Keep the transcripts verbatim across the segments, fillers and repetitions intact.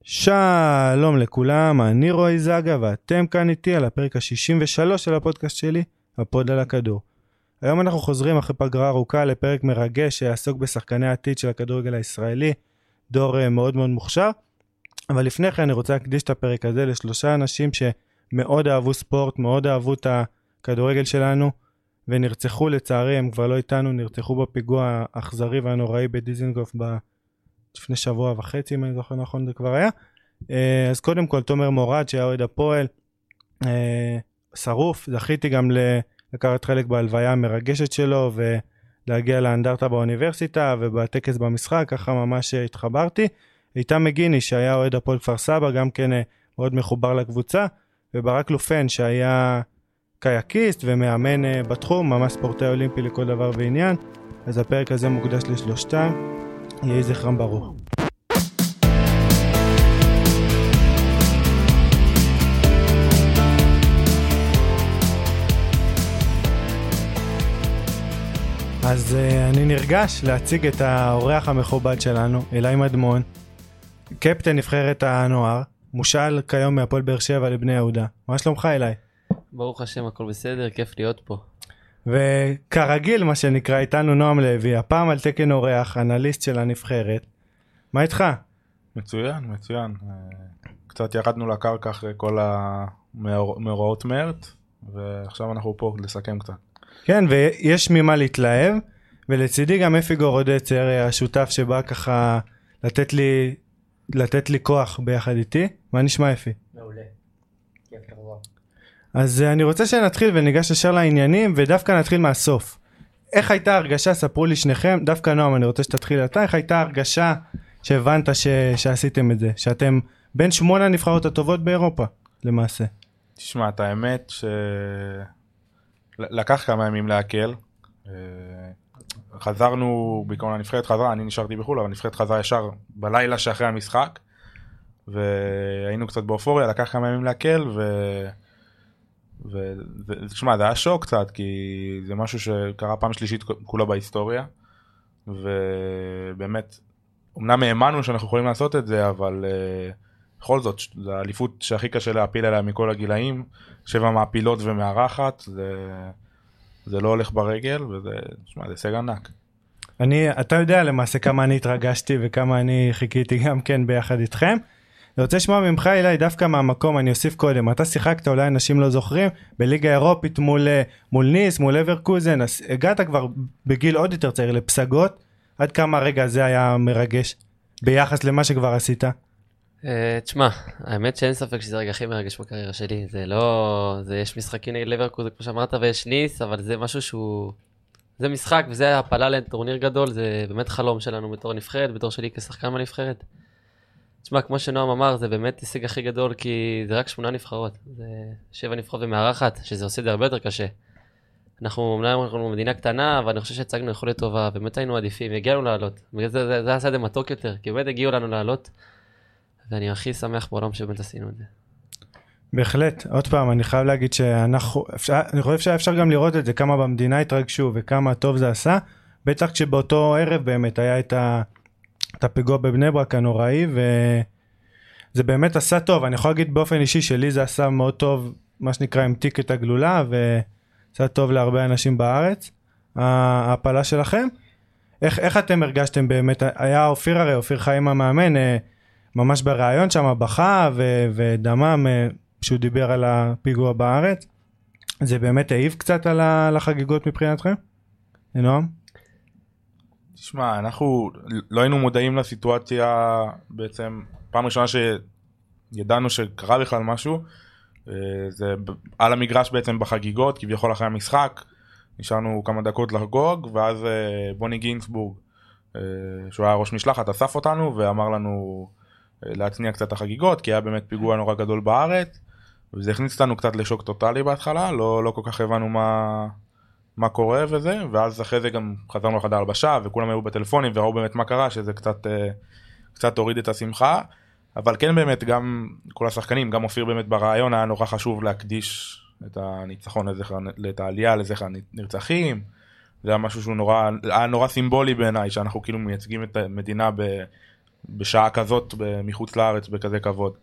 שלום לכולם, אני רועי זגה ואתם כאן איתי על הפרק ה-שישים ושלוש של הפודקאסט שלי, הפוד על הכדור. היום אנחנו חוזרים אחרי פגרה ארוכה לפרק מרגש שיעסוק בשחקני העתיד של הכדורגל הישראלי, דור מאוד מאוד מוכשר. אבל לפני כן אני רוצה להקדיש את הפרק הזה לשלושה אנשים שמאוד אהבו ספורט, מאוד אהבו את הכדורגל שלנו, ונרצחו לצערי, הם כבר לא איתנו, נרצחו בפיגוע האכזרי והנוראי בדיזינגוף ב... לפני שבוע וחצי, אם אני זוכר נכון, זה כבר היה. אז קודם כל, תומר מורד, שהיה אוהד הפועל, שרוף, זכיתי גם לקחת חלק בהלוויה המרגשת שלו, ולהגיע לאנדרטה באוניברסיטה, ובטקס במשחק, ככה ממש התחברתי. איתם מגיני, שהיה אוהד הפועל כפר סבא, גם כן מאוד מחובר לקבוצה, וברק לופן, שהיה קייקיסט ומאמן בתחום, ממש ספורטאי אולימפי לכל דבר ועניין. אז הפרק הזה מוקדש לשלושתם. יהי זכרם ברוך. אז uh, אני נרגש להציג את האורח המכובד שלנו, אלי מדמון, קפטן נבחרת הנוער, מושל כיום מהפועל באר שבע לבני יהודה. מה שלומך אלי? ברוך השם, הכל בסדר, כיף להיות פה. וכרגיל מה שנקרא איתנו נועם לוי, הפעם על תקן אורח, אנליסט של הנבחרת. מה איתך? מצוין, מצוין. קצת ירדנו לקרקע אחרי כל המאורעות מרץ, ועכשיו אנחנו פה לסכם קצת. כן, ויש ממה להתלהב, ולצידי גם אפי גורודצר, השותף שבא ככה לתת לי, לתת לי כוח ביחד איתי. מה נשמע אפי? מעולה. כיף לראות. אז אני רוצה שנתחיל וניגש ישר לעניינים, ודווקא נתחיל מהסוף. איך הייתה הרגשה, ספרו לי שניכם, דווקא נועם, אני רוצה שתתחיל אתה, איך הייתה הרגשה שהבנת ש... שעשיתם את זה, שאתם בין שמונה הנבחרות הטובות באירופה, למעשה? תשמע, את האמת שלקח כמה ימים להקל, חזרנו, בעיקרון הנבחרת חזרה, אני נשארתי בחול, אבל הנבחרת חזרה ישר בלילה שאחרי המשחק, והיינו קצת באופוריה, לקח כמה ימים להקל, ו... ותשמע, זה היה שוק קצת, כי זה משהו שקרה פעם שלישית כולה בהיסטוריה, ובאמת, אמנם האמנו שאנחנו יכולים לעשות את זה, אבל uh, בכל זאת, זו האליפות שהכי קשה להפיל עליה מכל הגילאים, שבע מעפילות ומארחת, זה, זה לא הולך ברגל, וזה, תשמע, זה הישג ענק. אני, אתה יודע למעשה כמה אני התרגשתי, וכמה אני חיכיתי גם כן ביחד איתכם. אני רוצה לשמוע ממך אליי דווקא מהמקום, אני אוסיף קודם, אתה שיחקת, אולי אנשים לא זוכרים, בליגה אירופית מול, מול ניס, מול אברקוזן, הגעת כבר בגיל עוד יותר צעיר לפסגות, עד כמה הרגע הזה היה מרגש ביחס למה שכבר עשית? תשמע, האמת שאין ספק שזה הרגע הכי מרגש בקריירה שלי, זה לא, זה יש משחקים נגד אברקוזן כמו שאמרת ויש ניס, אבל זה משהו שהוא, זה משחק וזה הפעלה לטורניר גדול, זה באמת חלום שלנו בתור נבחרת, בתור שלי כשחקן בנבחרת. תשמע, כמו שנועם אמר, זה באמת הישג הכי גדול, כי זה רק שמונה נבחרות. זה שבע נבחרות ומארחת, שזה עושה את זה הרבה יותר קשה. אנחנו, אמנם אנחנו מדינה קטנה, אבל אני חושב שהצגנו יכולת טובה, באמת היינו עדיפים, הגיענו לעלות. זה, זה, זה עשה את זה מתוק יותר, כי באמת הגיעו לנו לעלות, ואני הכי שמח בעולם שבאמת עשינו את זה. בהחלט, עוד פעם, אני חייב להגיד שאנחנו, אפשר, אני חושב שאפשר גם לראות את זה, כמה במדינה התרגשו וכמה טוב זה עשה, בטח כשבאותו ערב באמת היה את ה... את הפיגוע בבני ברק הנוראי, וזה באמת עשה טוב. אני יכול להגיד באופן אישי שלי זה עשה מאוד טוב, מה שנקרא המתיק את הגלולה, ועשה טוב להרבה אנשים בארץ, ההפלה שלכם. איך, איך אתם הרגשתם באמת? היה אופיר הרי, אופיר חיים המאמן, ממש ברעיון שם, בכה ו, ודמם, שהוא דיבר על הפיגוע בארץ. זה באמת העיב קצת על החגיגות מבחינתכם? נועם? תשמע, אנחנו לא היינו מודעים לסיטואציה בעצם, פעם ראשונה שידענו שקרה בכלל משהו, זה על המגרש בעצם בחגיגות, כביכול אחרי המשחק, נשארנו כמה דקות לחגוג, ואז בוני גינסבורג, שהוא היה ראש משלחת, אסף אותנו ואמר לנו להצניע קצת החגיגות, כי היה באמת פיגוע נורא גדול בארץ, וזה הכניס לנו קצת לשוק טוטלי בהתחלה, לא, לא כל כך הבנו מה... מה קורה וזה, ואז אחרי זה גם חזרנו לחדר הלבשה, וכולם היו בטלפונים וראו באמת מה קרה, שזה קצת, קצת הוריד את השמחה, אבל כן באמת גם כל השחקנים, גם אופיר באמת ברעיון, היה נורא חשוב להקדיש את הניצחון לזכר, את העלייה לזכר הנרצחים, זה היה משהו שהוא נורא, היה נורא סימבולי בעיניי, שאנחנו כאילו מייצגים את המדינה בשעה כזאת מחוץ לארץ בכזה כבוד.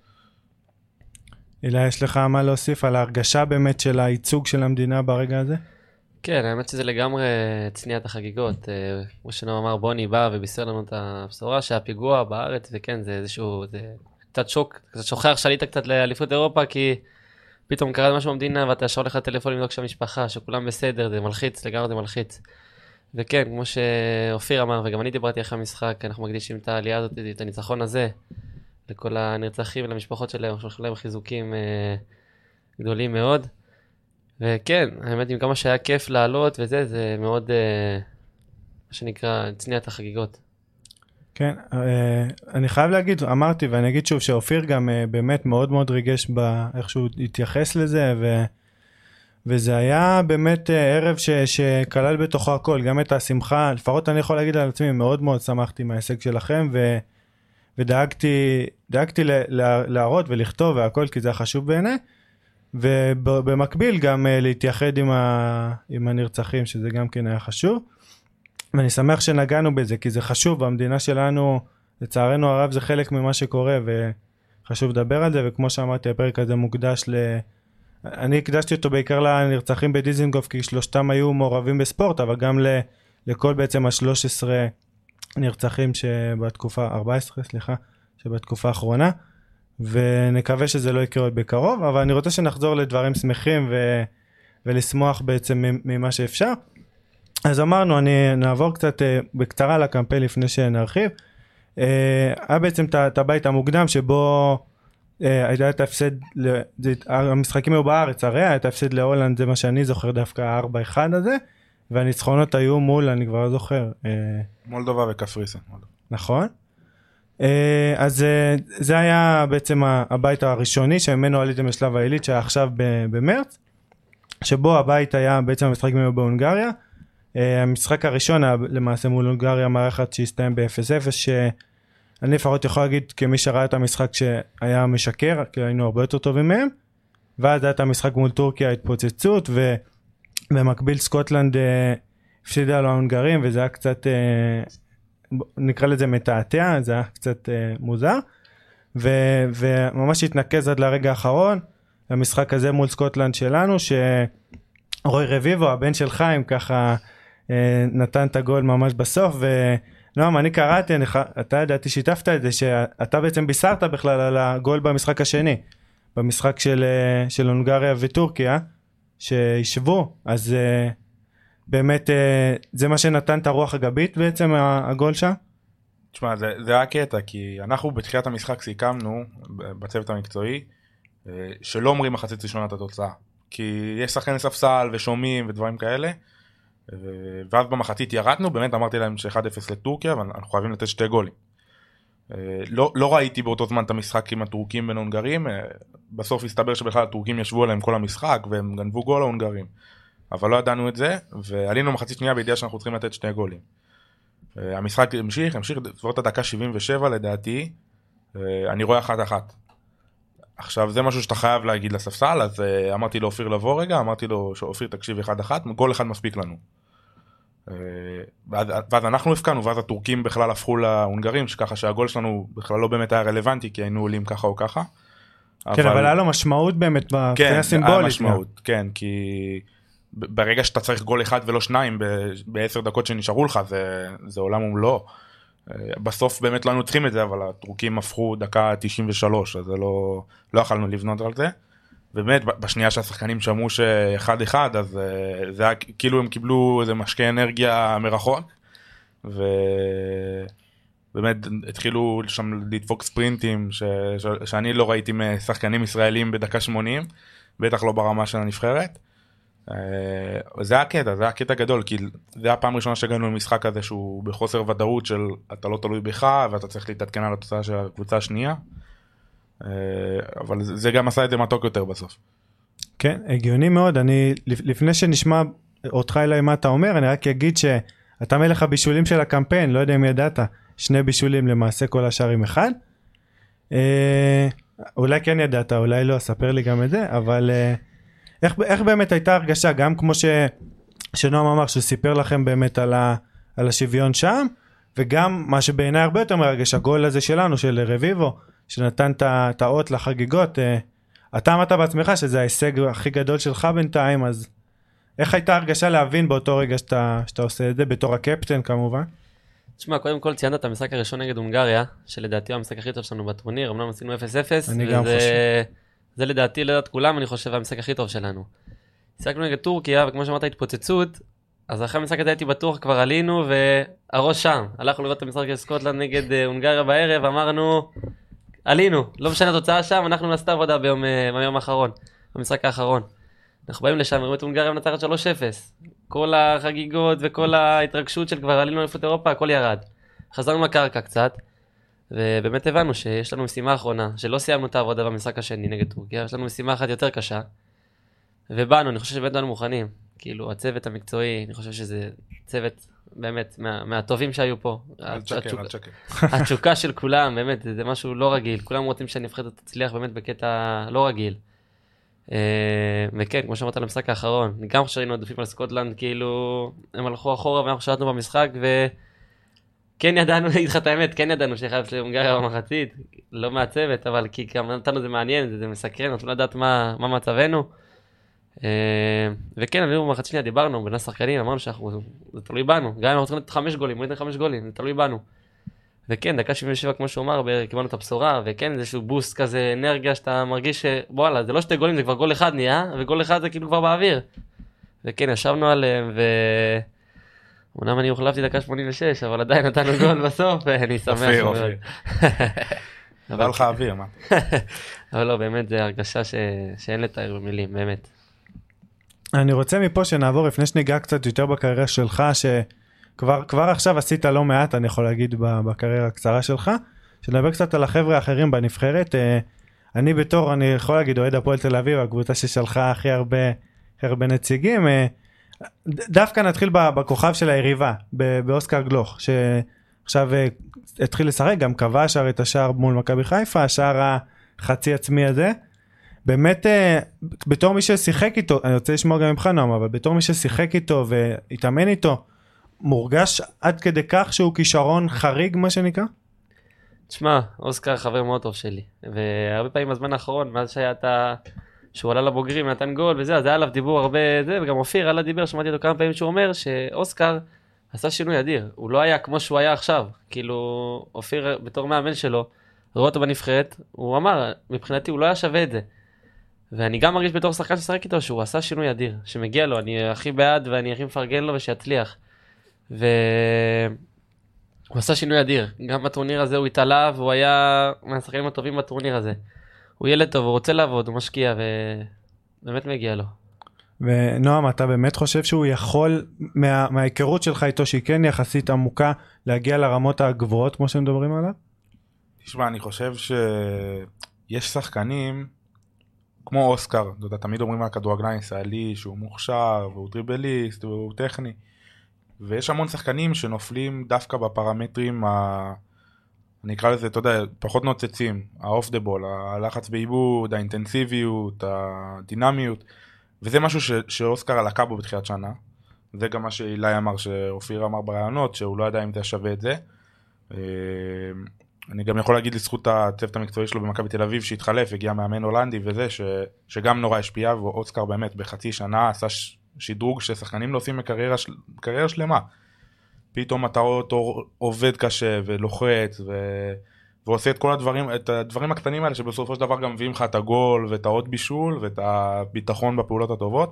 אילה, יש לך מה להוסיף על ההרגשה באמת של הייצוג של המדינה ברגע הזה? כן, האמת שזה לגמרי צניעת החגיגות. כמו שנועם אמר, בוני בא ובישר לנו את הבשורה שהפיגוע בארץ, וכן, זה איזשהו, זה קצת שוק, קצת שוכח שעלית קצת לאליפות אירופה, כי פתאום קרה משהו במדינה, ואתה ישר לך טלפון לבדוק שהמשפחה, שכולם בסדר, זה מלחיץ, לגמרי זה מלחיץ. וכן, כמו שאופיר אמר, וגם אני דיברתי אחרי המשחק, אנחנו מקדישים את העלייה הזאת, את הניצחון הזה, לכל הנרצחים ולמשפחות שלהם, שולחים להם חיזוקים אה, גדולים מאוד. וכן, האמת, עם כמה שהיה כיף לעלות וזה, זה מאוד, אה, מה שנקרא, צניעת החגיגות. כן, אה, אני חייב להגיד, אמרתי ואני אגיד שוב, שאופיר גם אה, באמת מאוד מאוד ריגש באיך שהוא התייחס לזה, ו... וזה היה באמת ערב ש, שכלל בתוכו הכל, גם את השמחה, לפחות אני יכול להגיד על עצמי, מאוד מאוד שמחתי מההישג שלכם, ו, ודאגתי דאגתי ל, לה, להראות ולכתוב והכל, כי זה חשוב בעיניי, ובמקביל גם להתייחד עם, ה, עם הנרצחים, שזה גם כן היה חשוב, ואני שמח שנגענו בזה, כי זה חשוב, במדינה שלנו, לצערנו הרב זה חלק ממה שקורה, וחשוב לדבר על זה, וכמו שאמרתי, הפרק הזה מוקדש ל... אני הקדשתי אותו בעיקר לנרצחים בדיזינגוף, כי שלושתם היו מעורבים בספורט, אבל גם ל, לכל בעצם ה-שלוש עשרה נרצחים שבתקופה, ארבע עשרה סליחה, שבתקופה האחרונה, ונקווה שזה לא יקרה עוד בקרוב, אבל אני רוצה שנחזור לדברים שמחים ו, ולשמוח בעצם ממה שאפשר. אז אמרנו, אני נעבור קצת בקצרה לקמפיין לפני שנרחיב. היה בעצם את הבית המוקדם שבו הייתה את ההפסד, המשחקים היו בארץ, הרי היה את ההפסד להולנד, זה מה שאני זוכר דווקא, ה-ארבע אחד הזה, והניצחונות היו מול, אני כבר לא זוכר. מולדובה וקפריסין. נכון. אז זה היה בעצם הבית הראשוני, שממנו עליתם לשלב העילית, שהיה עכשיו במרץ, שבו הבית היה בעצם המשחקים היו בהונגריה, המשחק הראשון היה למעשה מול הונגריה, מערכת שהסתיים ב-אפס אפס, ש... אני לפחות יכול להגיד כמי שראה את המשחק שהיה משקר, כי היינו הרבה יותר טובים מהם, ואז היה את המשחק מול טורקיה, התפוצצות, ובמקביל סקוטלנד אה, הפסידה לו ההונגרים, וזה היה קצת, אה, נקרא לזה מתעתע, זה היה קצת אה, מוזר, ו, וממש התנקז עד לרגע האחרון, המשחק הזה מול סקוטלנד שלנו, שרוי רביבו, הבן של חיים, ככה אה, נתן את הגול ממש בסוף, ו... נועם, אני קראתי, אני, אתה ידעתי, שיתפת את זה, שאתה בעצם בישרת בכלל על הגול במשחק השני, במשחק של, של הונגריה וטורקיה, שישבו, אז באמת זה מה שנתן את הרוח הגבית בעצם, הגול שם? תשמע, זה, זה היה קטע, כי אנחנו בתחילת המשחק סיכמנו, בצוות המקצועי, שלא אומרים מחצית ראשונה את התוצאה, כי יש שחקני ספסל ושומעים ודברים כאלה, ואז במחצית ירדנו, באמת אמרתי להם ש-אחד אפס לטורקיה, ואנחנו חייבים לתת שתי גולים. לא, לא ראיתי באותו זמן את המשחק עם הטורקים בין הונגרים, בסוף הסתבר שבכלל הטורקים ישבו עליהם כל המשחק, והם גנבו גול ההונגרים. אבל לא ידענו את זה, ועלינו מחצית שנייה בידיעה שאנחנו צריכים לתת שני גולים. המשחק המשיך, המשיך, זאת הדקה שבעים ושבע לדעתי, אני רואה אחת אחת. עכשיו זה משהו שאתה חייב להגיד לספסל, אז אמרתי לאופיר לבוא רגע, אמרתי לו שאופיר תקשיב אחד אחת, גול אחד מספיק לנו. ואז, ואז אנחנו הפקענו, ואז הטורקים בכלל הפכו להונגרים, שככה שהגול שלנו בכלל לא באמת היה רלוונטי, כי היינו עולים ככה או ככה. כן, אבל, אבל היה לו משמעות באמת, כן, הסימבולית. היה משמעות, כן, כי ברגע שאתה צריך גול אחד ולא שניים, בעשר דקות שנשארו לך, זה, זה עולם ומלואו. בסוף באמת לא היינו צריכים את זה, אבל הטורקים הפכו דקה תשעים ושלוש, אז לא, לא יכלנו לבנות על זה. ובאמת, בשנייה שהשחקנים שמעו שאחד אחד, אז זה היה כאילו הם קיבלו איזה משקה אנרגיה מרחוק, ובאמת התחילו שם לדפוק ספרינטים, ש, ש, שאני לא ראיתי משחקנים ישראלים בדקה שמונים, בטח לא ברמה של הנבחרת. זה היה קטע, זה היה קטע גדול, כי זה היה הפעם ראשונה שהגענו למשחק הזה שהוא בחוסר ודאות של אתה לא תלוי בך ואתה צריך להתעדכן על התוצאה של הקבוצה השנייה, אבל זה גם עשה את זה מתוק יותר בסוף. כן, הגיוני מאוד. אני לפני שנשמע אותך אליי מה אתה אומר, אני רק אגיד שאתה מלך הבישולים של הקמפיין, לא יודע אם ידעת, שני בישולים למעשה, כל השאר עם אחד, אולי כן ידעת, אולי לא, ספר לי גם את זה, אבל איך, איך באמת הייתה הרגשה, גם כמו ש, שנועם אמר, שסיפר לכם באמת על, ה, על השוויון שם, וגם מה שבעיניי הרבה יותר מרגש, הגול הזה שלנו, של רביבו, שנתן את האות לחגיגות, אתה אמרת בעצמך שזה ההישג הכי גדול שלך בינתיים, אז איך הייתה הרגשה להבין באותו רגע שאתה, שאתה עושה את זה, בתור הקפטן כמובן? תשמע, קודם כל ציינת את המשחק הראשון נגד הונגריה, שלדעתי הוא המשחק הכי טוב שלנו בטורניר, אמנם עשינו אפס אפס, אני גם חושב. זה לדעתי, לדעת כולם, אני חושב, המשחק הכי טוב שלנו. משחקנו נגד טורקיה, וכמו שאמרת, התפוצצות, אז אחרי המשחק הזה הייתי בטוח, כבר עלינו, והראש שם. הלכנו לראות את המשחק של סקוטלנד נגד הונגריה בערב, אמרנו, עלינו, לא משנה התוצאה שם, אנחנו נעשתה עבודה ביום, ביום האחרון, במשחק האחרון. אנחנו באים לשם, רואים את הונגריה מנצחת שלוש אפס. כל החגיגות וכל ההתרגשות של כבר עלינו לאליפות אירופה, הכל ירד. חזרנו לקרקע קצת, ובאמת הבנו שיש לנו משימה האחרונה, שלא סיימנו את העבודה במשחק השני נגד טורקיה, יש לנו משימה אחת יותר קשה, ובאנו, אני חושב שבאמת באנו מוכנים. כאילו, הצוות המקצועי, אני חושב שזה צוות באמת מה, מהטובים שהיו פה. אל תשקר, אל תשקר. התשוקה של כולם, באמת, זה משהו לא רגיל. כולם רוצים שהנבחרת תצליח באמת בקטע לא רגיל. וכן, כמו שאמרת על המשחק האחרון, גם כשראינו עדופים על סקוטלנד, כאילו, הם הלכו אחורה ואנחנו שרתנו במשחק, וכן ידענו, להגיד לך את האמת, כן ידענו שחייב להונגריה במחצית, לא מהצוות, אבל כי גם נתנו זה מעניין, זה, זה מסקרן, אנחנו לא יודעת מה, מה מצבנו. וכן, אני במחצית שנייה דיברנו, בין השחקנים, אמרנו שאנחנו, זה תלוי בנו, גם אם אנחנו צריכים לתת חמש גולים, ניתן חמש גולים, זה תלוי בנו. וכן, דקה שבעים ושבע, כמו שהוא אמר, קיבלנו את הבשורה, וכן, איזשהו בוסט כזה, אנרגיה, שאתה מרגיש שבואלה, זה לא שתי גולים, זה כבר גול אחד נהיה, וגול אחד זה כאילו כבר באוויר. וכן, ישבנו עליהם, ו... אומנם אני הוחלפתי דקה שמונים ושש, אבל עדיין נתנו גול בסוף, ואני שמח. אופיר, אופיר. נדע לך אוויר, מה? אבל לא, באמת, זה הרגשה שאין לתאר במילים, באמת. אני רוצה מפה שנעבור, לפני שניגע קצת יותר בקריירה שלך, שכבר כבר עכשיו עשית לא מעט, אני יכול להגיד, בקריירה הקצרה שלך, שנדבר קצת על החבר'ה האחרים בנבחרת. אני בתור, אני יכול להגיד, אוהד הפועל תל אביב, הקבוצה ששלחה הכי הרבה, הכי הרבה נציגים, דווקא נתחיל בכוכב של היריבה, באוסקר גלוך, שעכשיו התחיל לשחק, גם כבש את השער מול מכבי חיפה, השער החצי עצמי הזה, באמת, בתור מי ששיחק איתו, אני רוצה לשמוע גם ממך נועם, אבל בתור מי ששיחק איתו והתאמן איתו, מורגש עד כדי כך שהוא כישרון חריג, מה שנקרא? תשמע, אוסקר חבר מאוד טוב שלי, והרבה פעמים בזמן האחרון, מאז שהיה את ה... שהוא עלה לבוגרים, נתן גול וזה, אז היה עליו דיבור הרבה זה, וגם אופיר עלה דיבר, שמעתי אותו כמה פעמים שהוא אומר, שאוסקר עשה שינוי אדיר, הוא לא היה כמו שהוא היה עכשיו, כאילו, אופיר בתור מאמן שלו, רואה אותו בנבחרת, הוא אמר, מבחינתי הוא לא היה שווה את זה, ואני גם מרגיש בתור שחקן ששחק איתו שהוא עשה שינוי אדיר, שמגיע לו, אני הכי בעד ואני הכי מפרגן לו ושיצליח. והוא עשה שינוי אדיר, גם בטורניר הזה הוא התעלה והוא היה מהשחקנים הטובים בטורניר הזה. הוא ילד טוב, הוא רוצה לעבוד, הוא משקיע ובאמת מגיע לו. ונועם, אתה באמת חושב שהוא יכול, מה, מההיכרות שלך איתו שהיא כן יחסית עמוקה, להגיע לרמות הגבוהות כמו שמדברים עליו? תשמע, אני חושב שיש שחקנים כמו אוסקר, אתה יודע, תמיד אומרים על כדורגלן ישראלי שהוא מוכשר והוא דריבליסט והוא טכני, ויש המון שחקנים שנופלים דווקא בפרמטרים ה... אני אקרא לזה, אתה יודע, פחות נוצצים, האוף דה בול, הלחץ בעיבוד, האינטנסיביות, הדינמיות, וזה משהו ש... שאוסקר עלקה בו בתחילת שנה, זה גם מה שאילי אמר, שאופיר אמר ברעיונות, שהוא לא ידע אם זה שווה את זה. אני גם יכול להגיד לזכות הצוות המקצועי שלו במכבי תל אביב שהתחלף, הגיע מאמן הולנדי וזה, ש... שגם נורא השפיע, ואוסקר באמת בחצי שנה עשה ש... שדרוג ששחקנים לא עושים מקריירה של... קריירה שלמה. פתאום אתה רואה אותו עובד קשה ולוחץ ו... ועושה את כל הדברים, את הדברים הקטנים האלה שבסופו של דבר גם מביאים לך את הגול ואת העוד בישול ואת הביטחון בפעולות הטובות,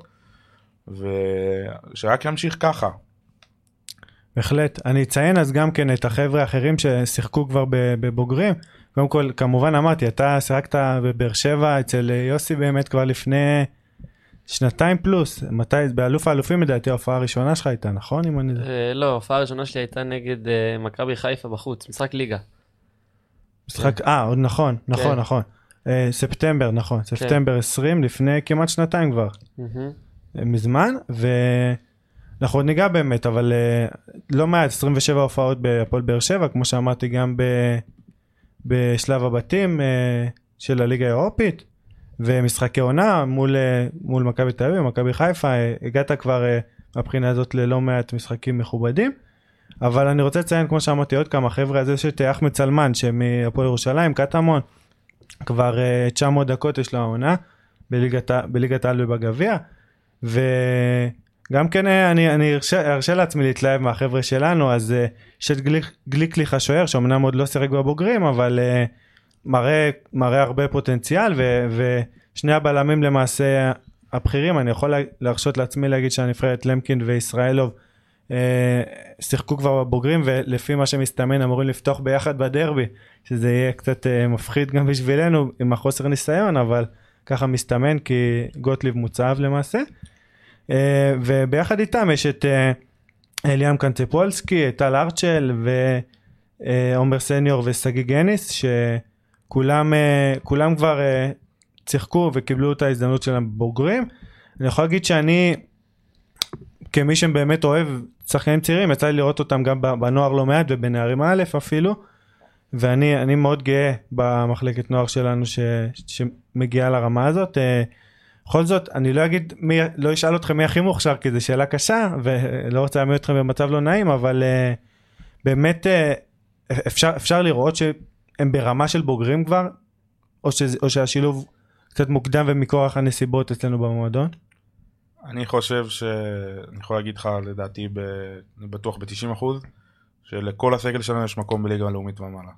ושרק ימשיך ככה. בהחלט. אני אציין אז גם כן את החבר'ה האחרים ששיחקו כבר בבוגרים. קודם כל, כמובן אמרתי, אתה שיחקת בבאר שבע אצל יוסי באמת כבר לפני שנתיים פלוס. מתי, באלוף האלופים לדעתי ההופעה הראשונה שלך הייתה, נכון? לא, ההופעה הראשונה שלי הייתה נגד מכבי חיפה בחוץ, משחק ליגה. משחק, אה, עוד נכון, נכון, נכון. ספטמבר, נכון, ספטמבר עשרים, לפני כמעט שנתיים כבר. מזמן, ו... אנחנו עוד ניגע באמת, אבל uh, לא מעט, עשרים ושבע הופעות בהפועל באר שבע, כמו שאמרתי גם ב, בשלב הבתים uh, של הליגה האירופית, ומשחקי עונה מול, uh, מול מכבי תל אביב, מכבי חיפה, uh, הגעת כבר uh, מבחינה הזאת ללא מעט משחקים מכובדים, אבל אני רוצה לציין, כמו שאמרתי, עוד כמה חבר'ה, אז יש את אחמד סלמן, שמהפועל ירושלים, קטמון, כבר uh, תשע מאות דקות יש לו העונה, בליגת, בליגת העל ובגביע, וגם כן אני, אני ארשה, ארשה לעצמי להתלהב מהחבר'ה שלנו, אז uh, יש את גליק, גליקליך השוער, שאומנם עוד לא סירק בבוגרים, אבל uh, מראה, מראה הרבה פוטנציאל, ו, ושני הבלמים למעשה הבכירים, אני יכול להרשות לעצמי להגיד שהנבחרת למקין וישראלוב, שיחקו כבר בבוגרים, ולפי מה שמסתמן אמורים לפתוח ביחד בדרבי, שזה יהיה קצת מפחיד גם בשבילנו עם החוסר ניסיון, אבל ככה מסתמן, כי גוטליב מוצב למעשה, וביחד איתם יש את אליאם קנצפולסקי, את טל ארצ'ל ועומר סניור וסגי גניס, שכולם כולם כבר שיחקו וקיבלו את ההזדמנות שלהם בבוגרים. אני יכול להגיד שאני כמי שבאמת אוהב שחקנים צעירים, יצא לי לראות אותם גם בנוער לא מעט ובנערים א' אפילו, ואני אני מאוד גאה במחלקת נוער שלנו ש, שמגיעה לרמה הזאת. בכל זאת, אני לא אגיד, מי, לא אשאל אתכם מי הכי מוכשר, כי זו שאלה קשה, ולא רוצה להעמיד אתכם במצב לא נעים, אבל באמת אפשר, אפשר לראות שהם ברמה של בוגרים כבר, או, ש, או שהשילוב קצת מוקדם ומכורח הנסיבות אצלנו במועדון? אני חושב ש... אני יכול להגיד לך, לדעתי, ב... אני בטוח ב-תשעים אחוז, שלכל הסגל שלנו יש מקום בליגה הלאומית ומעלה.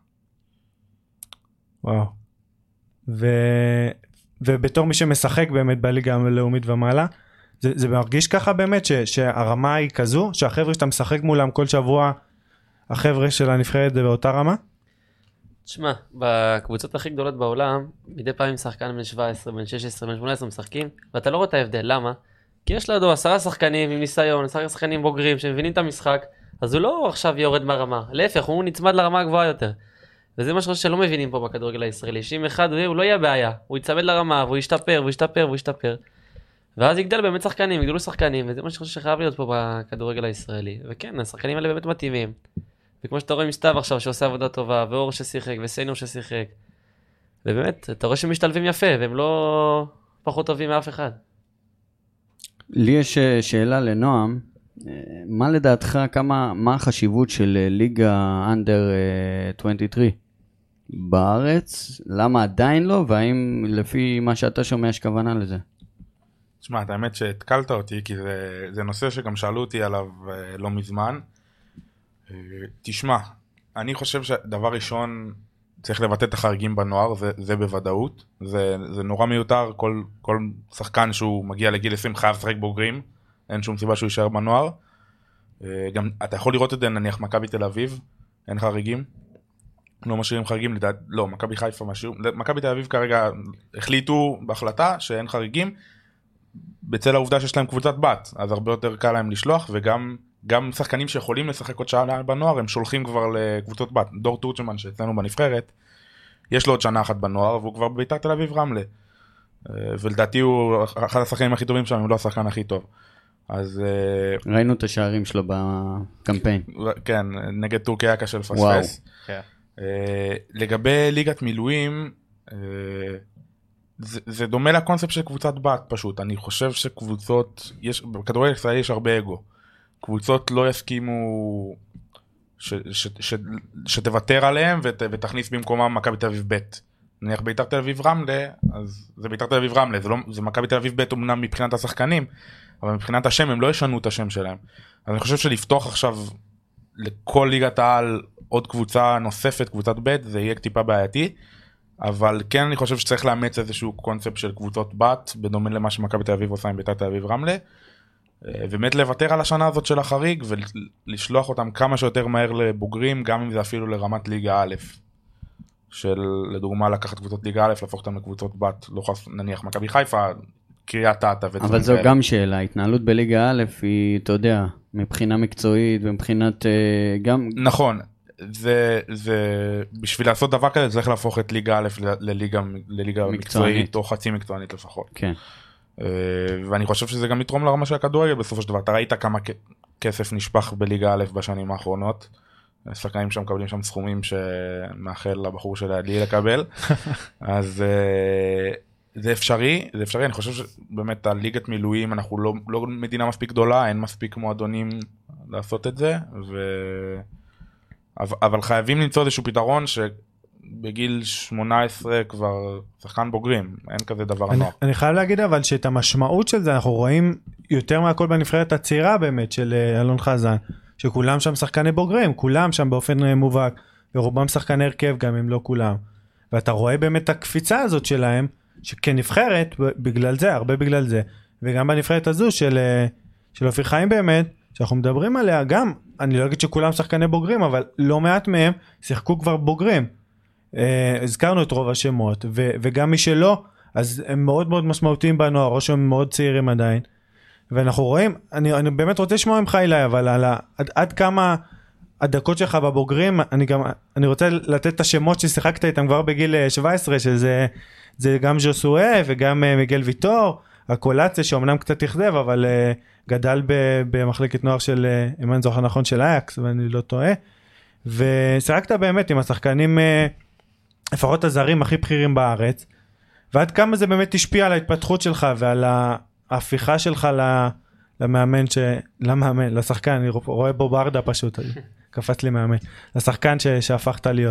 וואו. ו... ובתור מי שמשחק באמת בליגה הלאומית ומעלה, זה, זה מרגיש ככה באמת ש... שהרמה היא כזו, שהחבר'ה שאתה משחק מולם כל שבוע, החבר'ה של הנבחרת זה באותה רמה? תשמע, בקבוצות הכי גדולות בעולם, מדי פעם שחקן בן שבע עשרה, בן שש עשרה, בן שמונה עשרה משחקים, ואתה לא רואה את ההבדל, למה? כי יש לידו עשרה שחקנים עם ניסיון, עשרה שחקנים בוגרים שמבינים את המשחק, אז הוא לא עכשיו יורד מהרמה, להפך, הוא נצמד לרמה הגבוהה יותר. וזה משהו שלא מבינים פה בכדורגל הישראלי, שאם אחד הוא לא יהיה בעיה, הוא יצמד לרמה, והוא ישתפר, והוא ישתפר, והוא ישתפר. ואז יגדל באמת שחקנים, יגדלו שחקנים, וזה משהו שחייב להיות פה בכדורגל הישראלי. וכן, השחקנים האלה באמת מתאימים. וכמו שאתה רואה עם סתיו עכשיו שעושה עבודה טובה, ואור ששיחק, וסניור ששיחק. ובאמת, אתה רואה שהם משתלבים יפה, והם לא פחות טובים מאף אחד. לי יש שאלה לנועם, מה לדעתך, כמה, מה החשיבות של ליגה אנדר עשרים ושלוש בארץ? למה עדיין לא? והאם לפי מה שאתה שומע יש כוונה לזה? תשמע, את האמת שהתקלת אותי, כי זה, זה נושא שגם שאלו אותי עליו לא מזמן. תשמע, אני חושב שדבר ראשון צריך לבטא את החריגים בנוער, זה, זה בוודאות. זה, זה נורא מיותר, כל, כל שחקן שהוא מגיע לגיל עשרים חייב לשחק בוגרים, אין שום סיבה שהוא יישאר בנוער. גם אתה יכול לראות את זה, נניח מכבי תל אביב, אין חריגים, לא משאירים חריגים, לדעת, לא, מכבי חיפה משאיר, מכבי תל אביב כרגע החליטו בהחלטה שאין חריגים, בצל העובדה שיש להם קבוצת בת, אז הרבה יותר קל להם לשלוח, וגם גם שחקנים שיכולים לשחק עוד שעה בנוער, הם שולחים כבר לקבוצות בת. דור טורצ'מן שאצלנו בנבחרת, יש לו עוד שנה אחת בנוער, והוא כבר בביתר תל אביב רמלה. ולדעתי הוא אחד השחקנים הכי טובים שם, הוא לא השחקן הכי טוב. אז... ראינו את השערים שלו בקמפיין. כן, נגד טורקיה קשה לפספס. לגבי ליגת מילואים, זה, זה דומה לקונספט של קבוצת בת פשוט. אני חושב שקבוצות, יש, בכדורגל הישראלי יש הרבה אגו. קבוצות לא יסכימו ש, ש, ש, שתוותר עליהם ות, ותכניס במקומם מכבי תל אביב ב'. נניח ביתר תל אביב רמלה, אז זה ביתר תל אביב רמלה, זה, לא, זה מכבי תל אביב ב' אומנם מבחינת השחקנים, אבל מבחינת השם הם לא ישנו את השם שלהם. אז אני חושב שלפתוח עכשיו לכל ליגת העל עוד קבוצה נוספת, קבוצת ב', זה יהיה טיפה בעייתי. אבל כן אני חושב שצריך לאמץ איזשהו קונספט של קבוצות בת, בדומה למה שמכבי תל אביב עושה עם ביתר תל אביב רמלה, ובאמת לוותר על השנה הזאת של החריג, ולשלוח אותם כמה שיותר מהר לבוגרים, גם אם זה אפילו לרמת ליגה א', של לדוגמה לקחת קבוצות ליגה א', להפוך אותם לקבוצות בת, לא חס, נניח מכבי חיפה, קריית אתא. אבל זו גם שאלה, התנהלות בליגה א' היא, אתה יודע, מבחינה מקצועית ומבחינת גם... נכון. זה, זה, בשביל לעשות דבר כזה, צריך להפוך את ליגה א' לליגה, לליגה מקצועית, או חצי מקצוענית לפחות. כן. ואני חושב שזה גם יתרום לרמה של הכדורגל בסופו של דבר. אתה ראית כמה כסף נשפך בליגה א' בשנים האחרונות. שחקנים שם מקבלים שם סכומים שמאחל לבחור שלידי לקבל. אז זה אפשרי, זה אפשרי. אני חושב שבאמת הליגת מילואים, אנחנו לא, לא מדינה מספיק גדולה, אין מספיק מועדונים לעשות את זה, ו... אבל חייבים למצוא איזשהו פתרון שבגיל שמונה עשרה כבר שחקן בוגרים, אין כזה דבר אני, נוח. אני חייב להגיד אבל שאת המשמעות של זה אנחנו רואים יותר מהכל בנבחרת הצעירה באמת של אלון חזן, שכולם שם שחקני בוגרים, כולם שם באופן מובהק, ורובם שחקני הרכב גם אם לא כולם. ואתה רואה באמת את הקפיצה הזאת שלהם, שכנבחרת, בגלל זה, הרבה בגלל זה, וגם בנבחרת הזו של, של אופיר חיים באמת, שאנחנו מדברים עליה, גם, אני לא אגיד שכולם שחקני בוגרים, אבל לא מעט מהם שיחקו כבר בוגרים. אה, הזכרנו את רוב השמות, ו, וגם מי שלא, אז הם מאוד מאוד משמעותיים בנוער, או שהם מאוד צעירים עדיין. ואנחנו רואים, אני, אני באמת רוצה לשמוע ממך אילי, אבל על ה, עד, עד כמה הדקות שלך בבוגרים, אני גם, אני רוצה לתת את השמות ששיחקת איתם כבר בגיל שבע עשרה, שזה זה גם ז'וסואה וגם מיגל ויטור, הקולציה שאומנם קצת תכזב, אבל uh, גדל ב, במחלקת נוער של, uh, אם אני זוכר נכון, של אייקס, ואני לא טועה, ושיחקת באמת עם השחקנים, uh, לפחות הזרים הכי בכירים בארץ, ועד כמה זה באמת השפיע על ההתפתחות שלך, ועל ההפיכה שלך למאמן, ש... למאמן, לשחקן, אני רואה בו ברדה פשוט, קפץ לי מאמן, לשחקן ש... שהפכת להיות.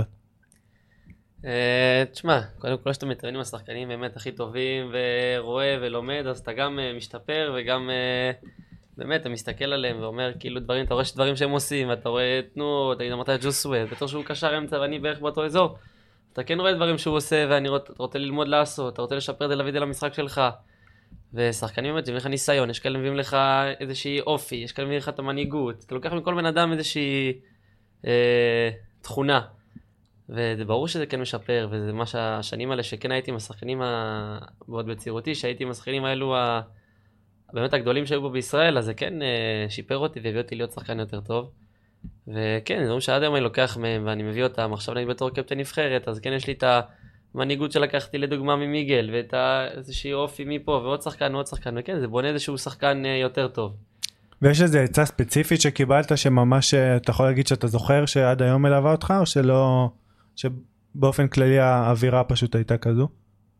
תשמע, קודם כל שאתה מתאמן עם השחקנים באמת הכי טובים ורואה ולומד, אז אתה גם משתפר וגם באמת אתה מסתכל עליהם ואומר כאילו דברים, אתה רואה שדברים שהם עושים ואתה רואה תנו, אתה אמרת את ג'וסווה, בתור שהוא קשר אמצע ואני בערך באותו אזור, אתה כן רואה דברים שהוא עושה ואני רוצה ללמוד לעשות, אתה רוצה לשפר את זה להביא את זה למשחק שלך, ושחקנים באמת, זה מביא לך ניסיון, יש כאלה מביאים לך איזושהי אופי, יש כאלה מביאים לך את המנהיגות, אתה לוקח מכל בן אדם איזושהי אה, תכונה, וזה ברור שזה כן משפר, וזה מה שהשנים האלה שכן הייתי עם השחקנים, ה... מאוד בצעירותי, שהייתי עם השחקנים האלו, ה... באמת הגדולים שהיו פה בישראל, אז זה כן אה, שיפר אותי והביא אותי להיות שחקן יותר טוב, וכן, זה אומר שעד היום אני לוקח מהם ואני מביא אותם, עכשיו אני בתור קפטן נבחרת, אז כן יש לי את ה... מנהיגות שלקחתי לדוגמה ממיגל, ואת איזושהי אופי מפה, ועוד שחקן, ועוד שחקן, וכן, זה בונה איזשהו שחקן יותר טוב. ויש איזו עצה ספציפית שקיבלת, שממש אתה יכול להגיד שאתה זוכר שעד היום מלווה אותך, או שלא, שבאופן כללי האווירה פשוט הייתה כזו?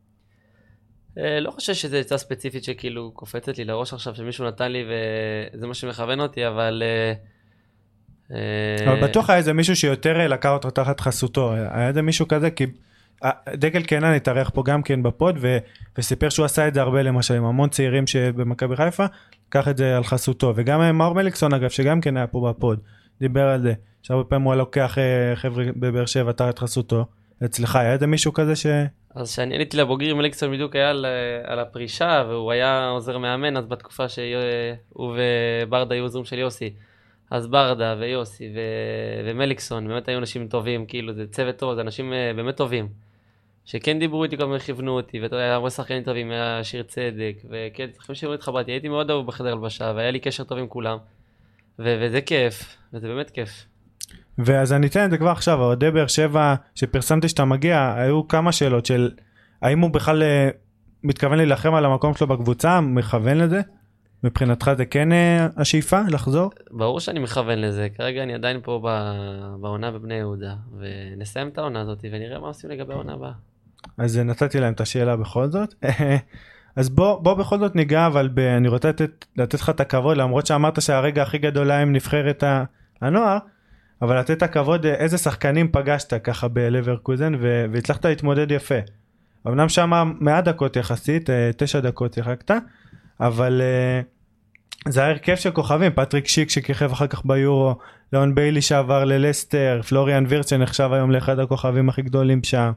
לא חושב שזו עצה ספציפית שכאילו קופצת לי לראש עכשיו, שמישהו נתן לי, וזה מה שמכוון אותי, אבל... אבל בטוח היה איזה מישהו שיותר לקח אותו תחת חסותו, היה איזה מישהו כזה, כי... דקל קנן התארח פה גם כן בפוד ו- וסיפר שהוא עשה את זה הרבה למשל עם המון צעירים שבמכבי חיפה, קח את זה על חסותו, וגם מאור מליקסון אגב שגם כן היה פה בפוד, דיבר על זה, שהרבה פעמים הוא לוקח חבר'ה בבאר שבע תחת חסותו, אצלך היה איזה מישהו כזה ש... אז שאני עליתי לבוגרים, מליקסון בדיוק היה על, על הפרישה והוא היה עוזר מאמן, אז בתקופה שהוא וברדה היו עוזרים של יוסי, אז ברדה ויוסי ו... ומליקסון באמת היו אנשים טובים, כאילו זה צוות טוב, זה אנשים באמת טובים שכן דיברו איתי, גם כיוונו אותי, והיה הרבה שחקנים טובים, היה שיר צדק, וכן, צריכים שירו התחברתי, הייתי מאוד אהוב בחדר הלבשה, והיה לי קשר טוב עם כולם, ו- וזה כיף, וזה באמת כיף. ואז אני אתן את זה כבר עכשיו, אוהדי באר שבע, שפרסמתי שאתה מגיע, היו כמה שאלות של, האם הוא בכלל מתכוון להילחם על המקום שלו בקבוצה, מכוון לזה? מבחינתך זה כן השאיפה, לחזור? ברור שאני מכוון לזה, כרגע אני עדיין פה בעונה בבני יהודה, ונסיים את העונה הזאת, ונראה מה עושים לגבי העונה הבאה. אז נתתי להם את השאלה בכל זאת. אז בוא, בוא בכל זאת ניגע, אבל ב, אני רוצה לתת, לתת לך את הכבוד, למרות שאמרת שהרגע הכי גדול היה עם נבחרת הנוער, אבל לתת את הכבוד, איזה שחקנים פגשת ככה בלברקוזן, ו, והצלחת להתמודד יפה. אמנם שם מעט דקות יחסית, תשע דקות שיחקת, אבל uh, זה הרכב של כוכבים, פטריק שיק שכיכב אחר כך ביורו, לאון ביילי שעבר ללסטר, פלוריאן וירץ שנחשב היום לאחד הכוכבים הכי גדולים שם,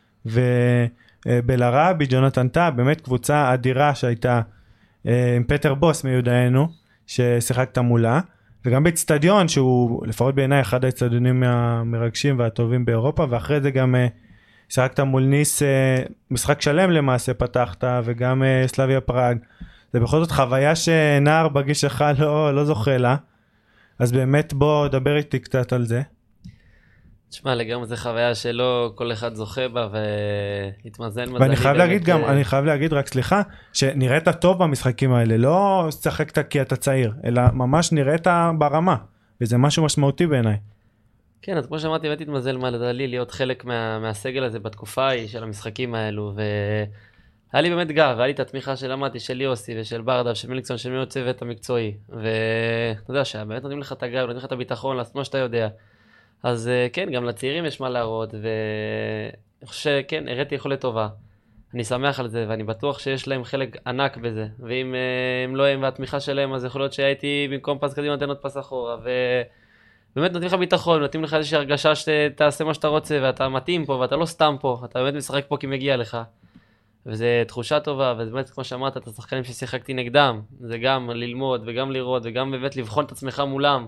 ובלרבי, ג'ונתן טה, באמת קבוצה אדירה שהייתה uh, עם פטר בוס מיודענו, ששיחקת מולה, וגם באצטדיון שהוא לפחות בעיניי אחד האצטדיונים המרגשים והטובים באירופה, ואחרי זה גם uh, שיחקת מול ניס, uh, משחק שלם למעשה פתחת, וגם uh, סלאביה פראג, זה בכל זאת חוויה שנער בגיל שלך לא, לא זוכה לה, אז באמת בוא דבר איתי קצת על זה. תשמע, לגמרי זה חוויה שלא כל אחד זוכה בה, והתמזל מזלי. ואני חייב להגיד גם, אני חייב להגיד רק סליחה, שנראית טוב במשחקים האלה, לא שחקת כי אתה צעיר, אלא ממש נראית ברמה, וזה משהו משמעותי בעיניי. כן, אז כמו שאמרתי, באמת התמזל מזלי להיות חלק מה, מהסגל הזה בתקופה ההיא של המשחקים האלו, ו... היה לי באמת גב, היה לי את התמיכה של אמתי, של יוסי ושל ברדה ושל מיליקסון, של מי הצוות המקצועי. ואתה יודע שבאמת נותנים לך את הגב, נותנים לך את הביטחון, לעשות מה שאתה יודע. אז כן, גם לצעירים יש מה להראות, ואני חושב שכן, הראיתי יכולת טובה. אני שמח על זה, ואני בטוח שיש להם חלק ענק בזה. ואם הם לא הם והתמיכה שלהם, אז יכול להיות שהייתי במקום פס קדימה נותן עוד פס אחורה. ובאמת נותנים לך ביטחון, נותנים לך איזושהי הרגשה שתעשה מה שאתה רוצה, ואתה מתאים פה, ואתה לא סתם פה, אתה באמת משחק פה כי מגיע לך. וזו תחושה טובה, ובאמת כמו שאמרת, את השחקנים ששיחקתי נגדם, זה גם ללמוד וגם לראות, וגם באמת לבחון את עצמך מולם.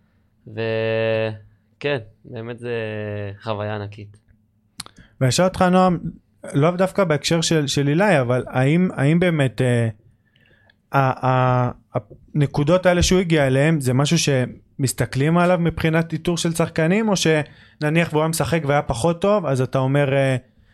וכן, באמת זה חוויה ענקית. ואשאל אותך נועם, לא דווקא בהקשר של, של אילי, אבל האם, האם באמת אה, ה, ה, הנקודות האלה שהוא הגיע אליהם, זה משהו שמסתכלים עליו מבחינת איתור של שחקנים, או שנניח והוא היה משחק והיה פחות טוב, אז אתה אומר, אה,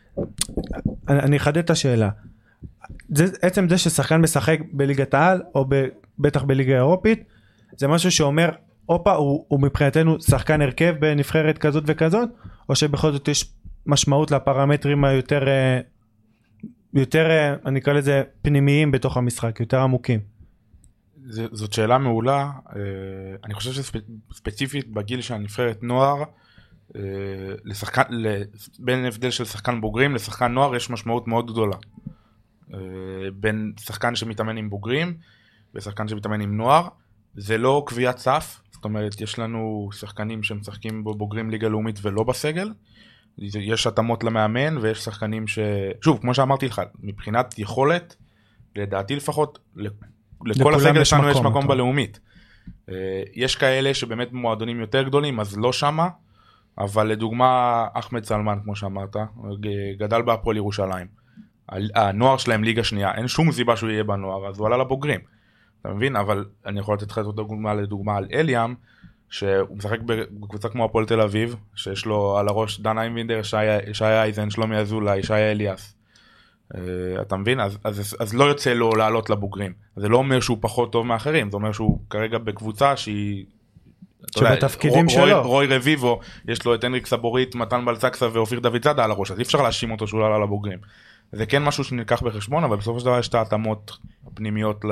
אני אחדד את השאלה. זה, עצם זה ששחקן משחק בליגת העל, או ב, בטח בליגה אירופית, זה משהו שאומר, אופה, הוא, הוא מבחינתנו שחקן הרכב בנבחרת כזאת וכזאת, או שבכל זאת יש משמעות לפרמטרים היותר, יותר, אני אקרא לזה פנימיים בתוך המשחק, יותר עמוקים. זאת שאלה מעולה. אני חושב שספציפית בגיל של הנבחרת נוער, לשחקן, בין הבדל של שחקן בוגרים לשחקן נוער יש משמעות מאוד גדולה. בין שחקן שמתאמן עם בוגרים ושחקן שמתאמן עם נוער, זה לא קביעת סף, זאת אומרת יש לנו שחקנים שמשחקים בבוגרים ליגה לאומית ולא בסגל, יש התאמות למאמן ויש שחקנים ש... שוב, כמו שאמרתי לך, מבחינת יכולת, לדעתי לפחות, לכל הסגל שלנו יש מקום בלאומית. יש כאלה שבאמת מועדונים יותר גדולים, אז לא שמה, אבל לדוגמה, אחמד סלמן, כמו שאמרת, גדל בהפועל ירושלים. הנוער שלהם ליגה שנייה, אין שום סיבה שהוא יהיה בנוער, אז הוא עלה לבוגרים. אתה מבין? אבל אני יכול לתת לך את דוגמה לדוגמה על אליאם, שהוא משחק בקבוצה כמו הפועל תל אביב, שיש לו על הראש דן אייבינדר, שי אייזן, שלומי אזולאי, שי אליאס. אתה מבין? אז, אז, אז לא יוצא לו לעלות לבוגרים. זה לא אומר שהוא פחות טוב מאחרים, זה אומר שהוא כרגע בקבוצה שהיא... שבתפקידים רוי, שלו. רוי רביבו, יש לו את הנריק סבורית, מתן בלצקסה ואופיר דוד זאדה על הראש, אז אי אפשר להאשים אותו שהוא עלה לבוגרים. זה כן משהו שנלקח בחשבון, אבל בסופו של דבר יש את ההתאמות הפנימיות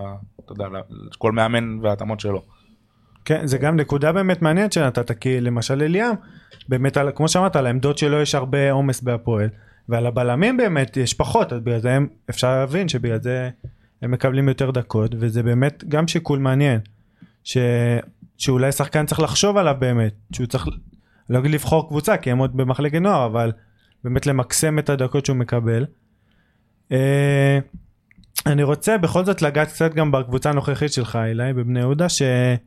לכל מאמן וההתאמות שלו. כן, זה גם נקודה באמת מעניינת שנתת, כי למשל אליאם, באמת, על, כמו שאמרת, על העמדות שלו יש הרבה עומס בהפועל, ועל הבלמים באמת יש פחות, אז בגלל זה הם, אפשר להבין שבגלל זה הם מקבלים יותר דקות, וזה באמת גם שיקול מעניין, ש, שאולי שחקן צריך לחשוב עליו באמת, שהוא צריך, לא אגיד לבחור קבוצה, כי הם עוד במחלקת נוער, אבל באמת למקסם את הדקות שהוא מקבל. אני רוצה בכל זאת לגעת קצת גם בקבוצה הנוכחית שלך, אילי, בבני יהודה, ש...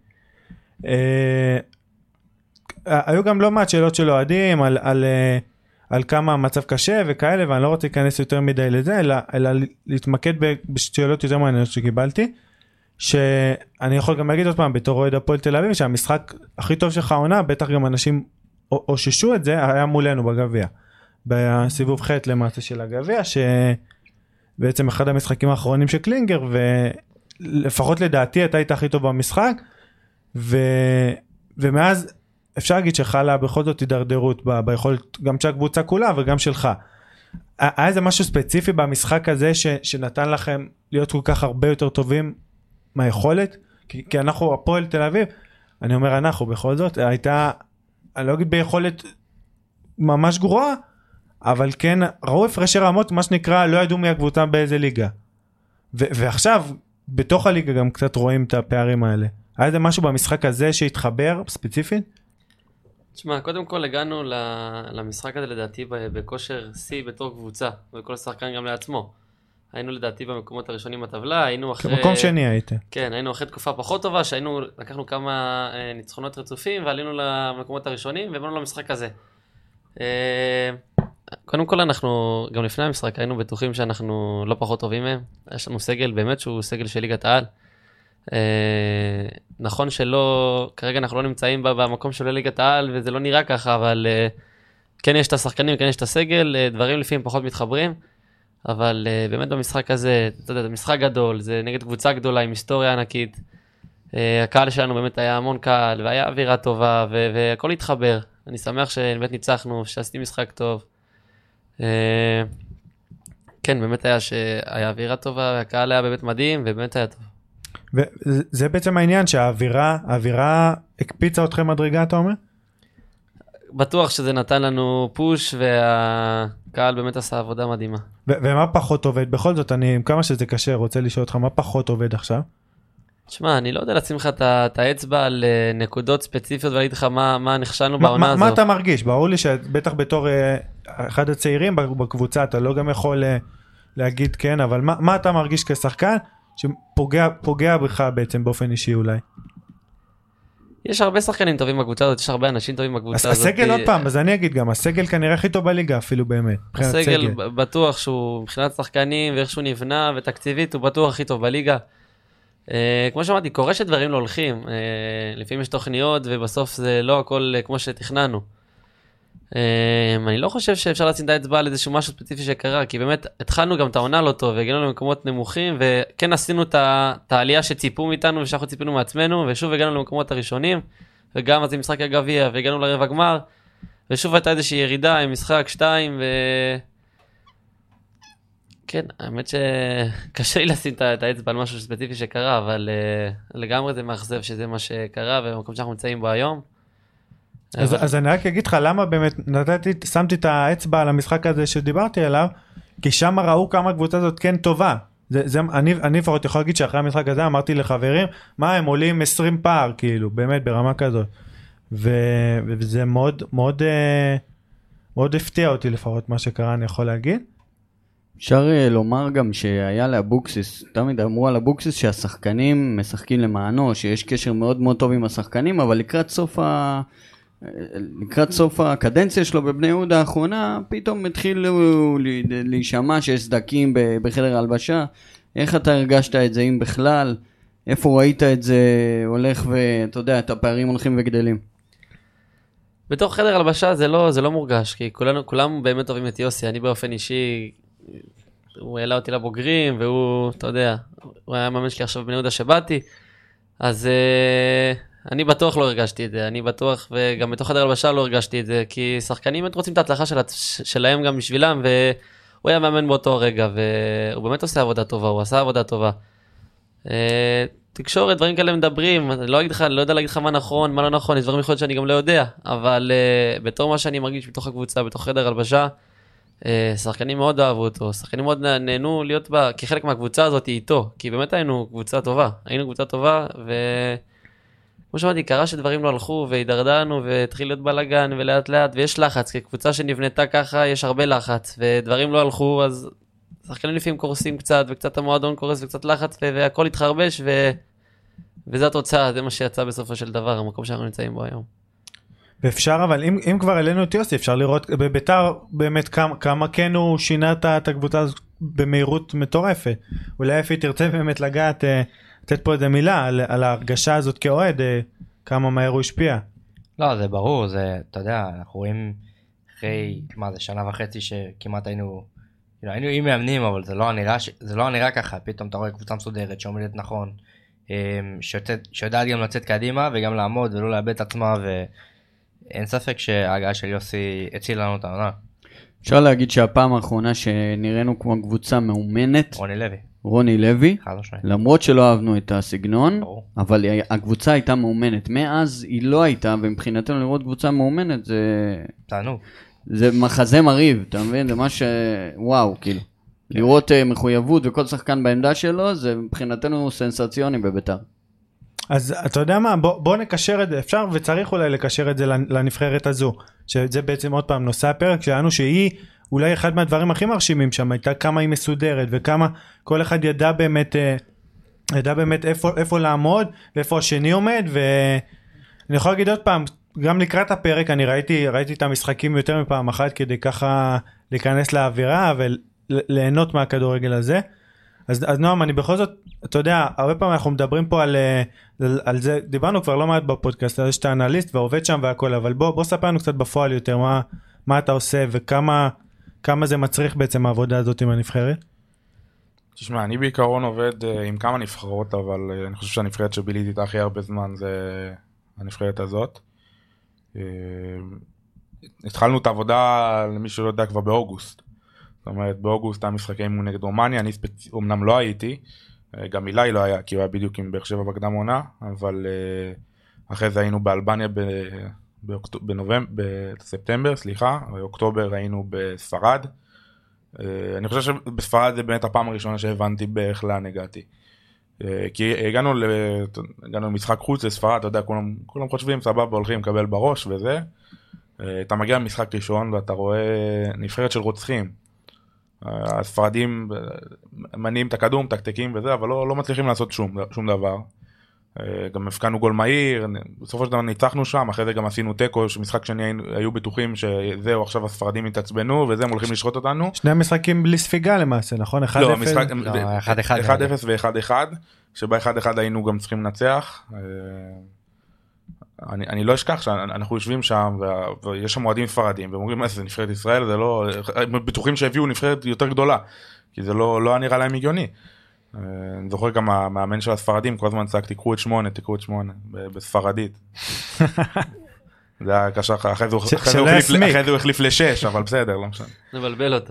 היו גם לא מעט שאלות של אוהדים על, על, על כמה המצב קשה וכאלה, ואני לא רוצה להיכנס יותר מדי לזה, אלא, אלא להתמקד בשאלות יותר מעניינות שקיבלתי, שאני יכול גם להגיד עוד פעם, בתור אוהד הפועל תל אביב, שהמשחק הכי טוב שלך עונה, בטח גם אנשים אוששו את זה, היה מולנו בגביע, בסיבוב ח' למעשה של הגביע, שבעצם אחד המשחקים האחרונים של קלינגר, ולפחות לדעתי אתה היית הכי טוב במשחק, ו... ומאז אפשר להגיד שחלה בכל זאת הידרדרות ב... ביכולת גם של הקבוצה כולה וגם שלך. היה איזה משהו ספציפי במשחק הזה ש... שנתן לכם להיות כל כך הרבה יותר טובים מהיכולת? כי, כי אנחנו הפועל תל אביב, אני אומר אנחנו בכל זאת, הייתה, אני לא אגיד ביכולת ממש גרועה, אבל כן ראו הפרשי רמות, מה שנקרא, לא ידעו מי הקבוצה באיזה ליגה. ו... ועכשיו בתוך הליגה גם קצת רואים את הפערים האלה. היה זה משהו במשחק הזה שהתחבר ספציפית? תשמע, קודם כל הגענו למשחק הזה לדעתי בכושר C בתור קבוצה, וכל שחקן גם לעצמו. היינו לדעתי במקומות הראשונים בטבלה, היינו אחרי... במקום שני הייתם. כן, היינו אחרי תקופה פחות טובה, שהיינו, לקחנו כמה ניצחונות רצופים, ועלינו למקומות הראשונים, ובאנו למשחק הזה. קודם כל אנחנו, גם לפני המשחק, היינו בטוחים שאנחנו לא פחות טובים מהם. יש לנו סגל באמת שהוא סגל של ליגת העל. Uh, נכון שלא, כרגע אנחנו לא נמצאים במקום של ליגת העל וזה לא נראה ככה, אבל uh, כן יש את השחקנים, כן יש את הסגל, uh, דברים לפעמים פחות מתחברים, אבל uh, באמת במשחק הזה, אתה יודע, זה משחק גדול, זה נגד קבוצה גדולה עם היסטוריה ענקית, uh, הקהל שלנו באמת היה המון קהל והיה אווירה טובה ו- והכל התחבר, אני שמח שבאמת ניצחנו, שעשיתי משחק טוב. Uh, כן, באמת היה שהיה אווירה טובה, והקהל היה באמת מדהים, ובאמת היה טוב. וזה בעצם העניין שהאווירה, האווירה הקפיצה אתכם מדרגה, אתה אומר? בטוח שזה נתן לנו פוש, והקהל באמת עשה עבודה מדהימה. ו- ומה פחות עובד? בכל זאת, אני, כמה שזה קשה, רוצה לשאול אותך, מה פחות עובד עכשיו? תשמע, אני לא יודע לשים לך את האצבע על נקודות ספציפיות ולהגיד לך מה, מה נכשלנו בעונה מה, הזו. מה אתה מרגיש? ברור לי שבטח בתור אה, אחד הצעירים בקבוצה, אתה לא גם יכול אה, להגיד כן, אבל מה, מה אתה מרגיש כשחקן שפוגע פוגע בך בעצם באופן אישי אולי? יש הרבה שחקנים טובים בקבוצה הזאת, יש הרבה אנשים טובים בקבוצה הזאת. הסגל עוד פעם, אז אני אגיד גם, הסגל כנראה הכי טוב בליגה אפילו באמת. הסגל בטוח שהוא מבחינת שחקנים ואיך שהוא נבנה ותקציבית הוא בטוח הכי טוב בליגה. כמו שאמרתי, קורה שדברים לא הולכים, לפעמים יש תוכניות ובסוף זה לא הכל כמו שתכננו. אני לא חושב שאפשר לשים את האצבע על איזשהו משהו ספציפי שקרה, כי באמת התחלנו גם את העונה לא טוב, והגענו למקומות נמוכים, וכן עשינו את העלייה שציפו מאיתנו ושאנחנו ציפינו מעצמנו, ושוב הגענו למקומות הראשונים, וגם אז עם משחק הגביע, והגענו לרבע גמר, ושוב הייתה איזושהי ירידה עם משחק שתיים, ו... כן, האמת שקשה לי לשים את האצבע על משהו ספציפי שקרה, אבל לגמרי זה מאכזב שזה מה שקרה, ובמקום שאנחנו נמצאים בו היום. אז, אבל... אז אני רק אגיד לך למה באמת נתתי, שמתי את האצבע על המשחק הזה שדיברתי עליו, כי שם ראו כמה הקבוצה הזאת כן טובה. זה, זה, אני, אני לפחות יכול להגיד שאחרי המשחק הזה אמרתי לחברים, מה הם עולים עשרים פער, כאילו, באמת ברמה כזאת. ו, וזה מאוד, מאוד, מאוד הפתיע אותי לפחות מה שקרה, אני יכול להגיד. אפשר לומר גם שהיה לאבוקסיס, תמיד אמרו על אבוקסיס שהשחקנים משחקים למענו, שיש קשר מאוד מאוד טוב עם השחקנים, אבל לקראת סוף ה... לקראת סוף הקדנציה שלו בבני יהודה האחרונה, פתאום התחילו להישמע שיש סדקים בחדר הלבשה. איך אתה הרגשת את זה, אם בכלל? איפה ראית את זה הולך ואתה יודע, את הפערים הולכים וגדלים? בתוך חדר הלבשה זה לא, זה לא מורגש, כי כולנו, כולם באמת אוהבים את יוסי. אני באופן אישי, הוא העלה אותי לבוגרים, והוא, אתה יודע, הוא היה מאמן שלי עכשיו בבני יהודה שבאתי, אז... אני בטוח לא הרגשתי את זה, אני בטוח, וגם בתוך חדר הלבשה לא הרגשתי את זה, כי שחקנים באמת רוצים את ההצלחה של, שלהם גם בשבילם, והוא היה מאמן באותו רגע, והוא באמת עושה עבודה טובה, הוא עשה עבודה טובה. תקשורת, דברים כאלה מדברים, אני לא, לך, לא יודע להגיד לך מה נכון, מה לא נכון, יש דברים יכול להיות שאני גם לא יודע, אבל בתור מה שאני מרגיש בתוך הקבוצה, בתוך חדר הלבשה, שחקנים מאוד אהבו אותו, שחקנים מאוד נהנו להיות בה, כחלק מהקבוצה הזאת איתו, כי באמת היינו קבוצה טובה, היינו קבוצה טובה, ו... כמו שאמרתי, קרה שדברים לא הלכו והידרדרנו והתחיל להיות בלגן ולאט לאט, ויש לחץ, כי קבוצה שנבנתה ככה יש הרבה לחץ, ודברים לא הלכו, אז שחקנים לפעמים קורסים קצת, וקצת המועדון קורס וקצת לחץ, והכל התחרבש, ו... וזה התוצאה, זה מה שיצא בסופו של דבר, המקום שאנחנו נמצאים בו היום. ואפשר, אבל אם, אם כבר אלינו את יוסי, אפשר לראות בביתר באמת כמה, כמה כן הוא שינה את הקבוצה הזאת במהירות מטורפת. אולי אפי תרצה באמת לגעת... לתת פה איזה מילה על, על ההרגשה הזאת כאוהד, כמה מהר הוא השפיע. לא, זה ברור, זה, אתה יודע, אנחנו רואים אחרי, מה זה, שנה וחצי שכמעט היינו, היינו עם מאמנים, אבל זה לא נראה, זה לא נראה ככה, פתאום אתה רואה קבוצה מסודרת שעומדת נכון, שיודעת גם לצאת קדימה וגם לעמוד ולא לאבד את עצמה, ואין ספק שההגעה של יוסי הציל לנו את העונה. אפשר להגיד שהפעם האחרונה שנראינו כמו קבוצה מאומנת, רוני לוי. רוני לוי, למרות שלא אהבנו את הסגנון, אבל הקבוצה הייתה מאומנת. מאז היא לא הייתה, ומבחינתנו לראות קבוצה מאומנת זה... תענו. זה מחזה מריב, אתה מבין? זה מה ש... וואו, כאילו. לראות מחויבות וכל שחקן בעמדה שלו, זה מבחינתנו סנסציוני בביתר. אז אתה יודע מה, בוא, בוא נקשר את זה, אפשר וצריך אולי לקשר את זה לנבחרת הזו, שזה בעצם עוד פעם נושא הפרק, שלנו שהיא אולי אחד מהדברים הכי מרשימים שם, הייתה כמה היא מסודרת, וכמה כל אחד ידע באמת, ידע באמת איפה, איפה לעמוד, ואיפה השני עומד, ואני יכול להגיד עוד פעם, גם לקראת הפרק, אני ראיתי, ראיתי את המשחקים יותר מפעם אחת, כדי ככה להיכנס לאווירה, וליהנות מהכדורגל הזה, אז, אז נועם, אני בכל זאת, אתה יודע, הרבה פעמים אנחנו מדברים פה על, על, על זה, דיברנו כבר לא מעט בפודקאסט, על זה שאתה אנליסט ועובד שם והכל, אבל בוא, בוא ספר לנו קצת בפועל יותר, מה, מה אתה עושה וכמה, כמה זה מצריך בעצם העבודה הזאת עם הנבחרת? תשמע, אני בעיקרון עובד uh, עם כמה נבחרות, אבל uh, אני חושב שהנבחרת שביליתי איתה הכי הרבה זמן זה הנבחרת הזאת. Uh, התחלנו את העבודה, למי שלא יודע, כבר באוגוסט. זאת זאת אומרת, באוגוסט המשחקי אימון נגד רומניה, אני ספצ... אומנם לא הייתי, גם אילי לא היה, כי הוא היה בדיוק עם באר שבע בקדם עונה, אבל אחרי זה היינו באלבניה ב... באוקט... בנובמבר, בספטמבר, סליחה, באוקטובר היינו בספרד. אני חושב שבספרד זה באמת הפעם הראשונה שהבנתי באיך לאן הגעתי. כי הגענו, ל... הגענו למשחק חוץ לספרד, אתה יודע, כולם, כולם חושבים, סבבה, הולכים לקבל בראש וזה. אתה מגיע למשחק ראשון ואתה רואה נבחרת של רוצחים. הספרדים מניעים את הכדור, מתקתקים וזה, אבל לא, לא מצליחים לעשות שום, שום דבר. גם הפקענו גול מהיר, בסופו של דבר ניצחנו שם, אחרי זה גם עשינו טקו, שמשחק שני היו בטוחים שזהו, עכשיו הספרדים התעצבנו, וזה הם הולכים לשחוט אותנו. שני המשחקים בלי ספיגה למעשה, נכון? אחד אפס? לא, המשחק, אחד אפס ו-אחד אחד, שבה אחד אחד היינו גם צריכים לנצח. אני, אני לא אשכח שאנחנו יושבים שם, ויש שם מועדים ספרדים, והם אומרים, זה נבחרת ישראל, זה לא, הם בטוחים שהביאו נבחרת יותר גדולה, כי זה לא, לא נראה להם הגיוני. אני זוכר גם המאמן של הספרדים, כל הזמן צעק, תקחו את שמונה, תקחו את שמונה, בספרדית. זה היה קשה, אחרי זה הוא החליף לשש, אבל בסדר, לא משנה. נבלבל אותו.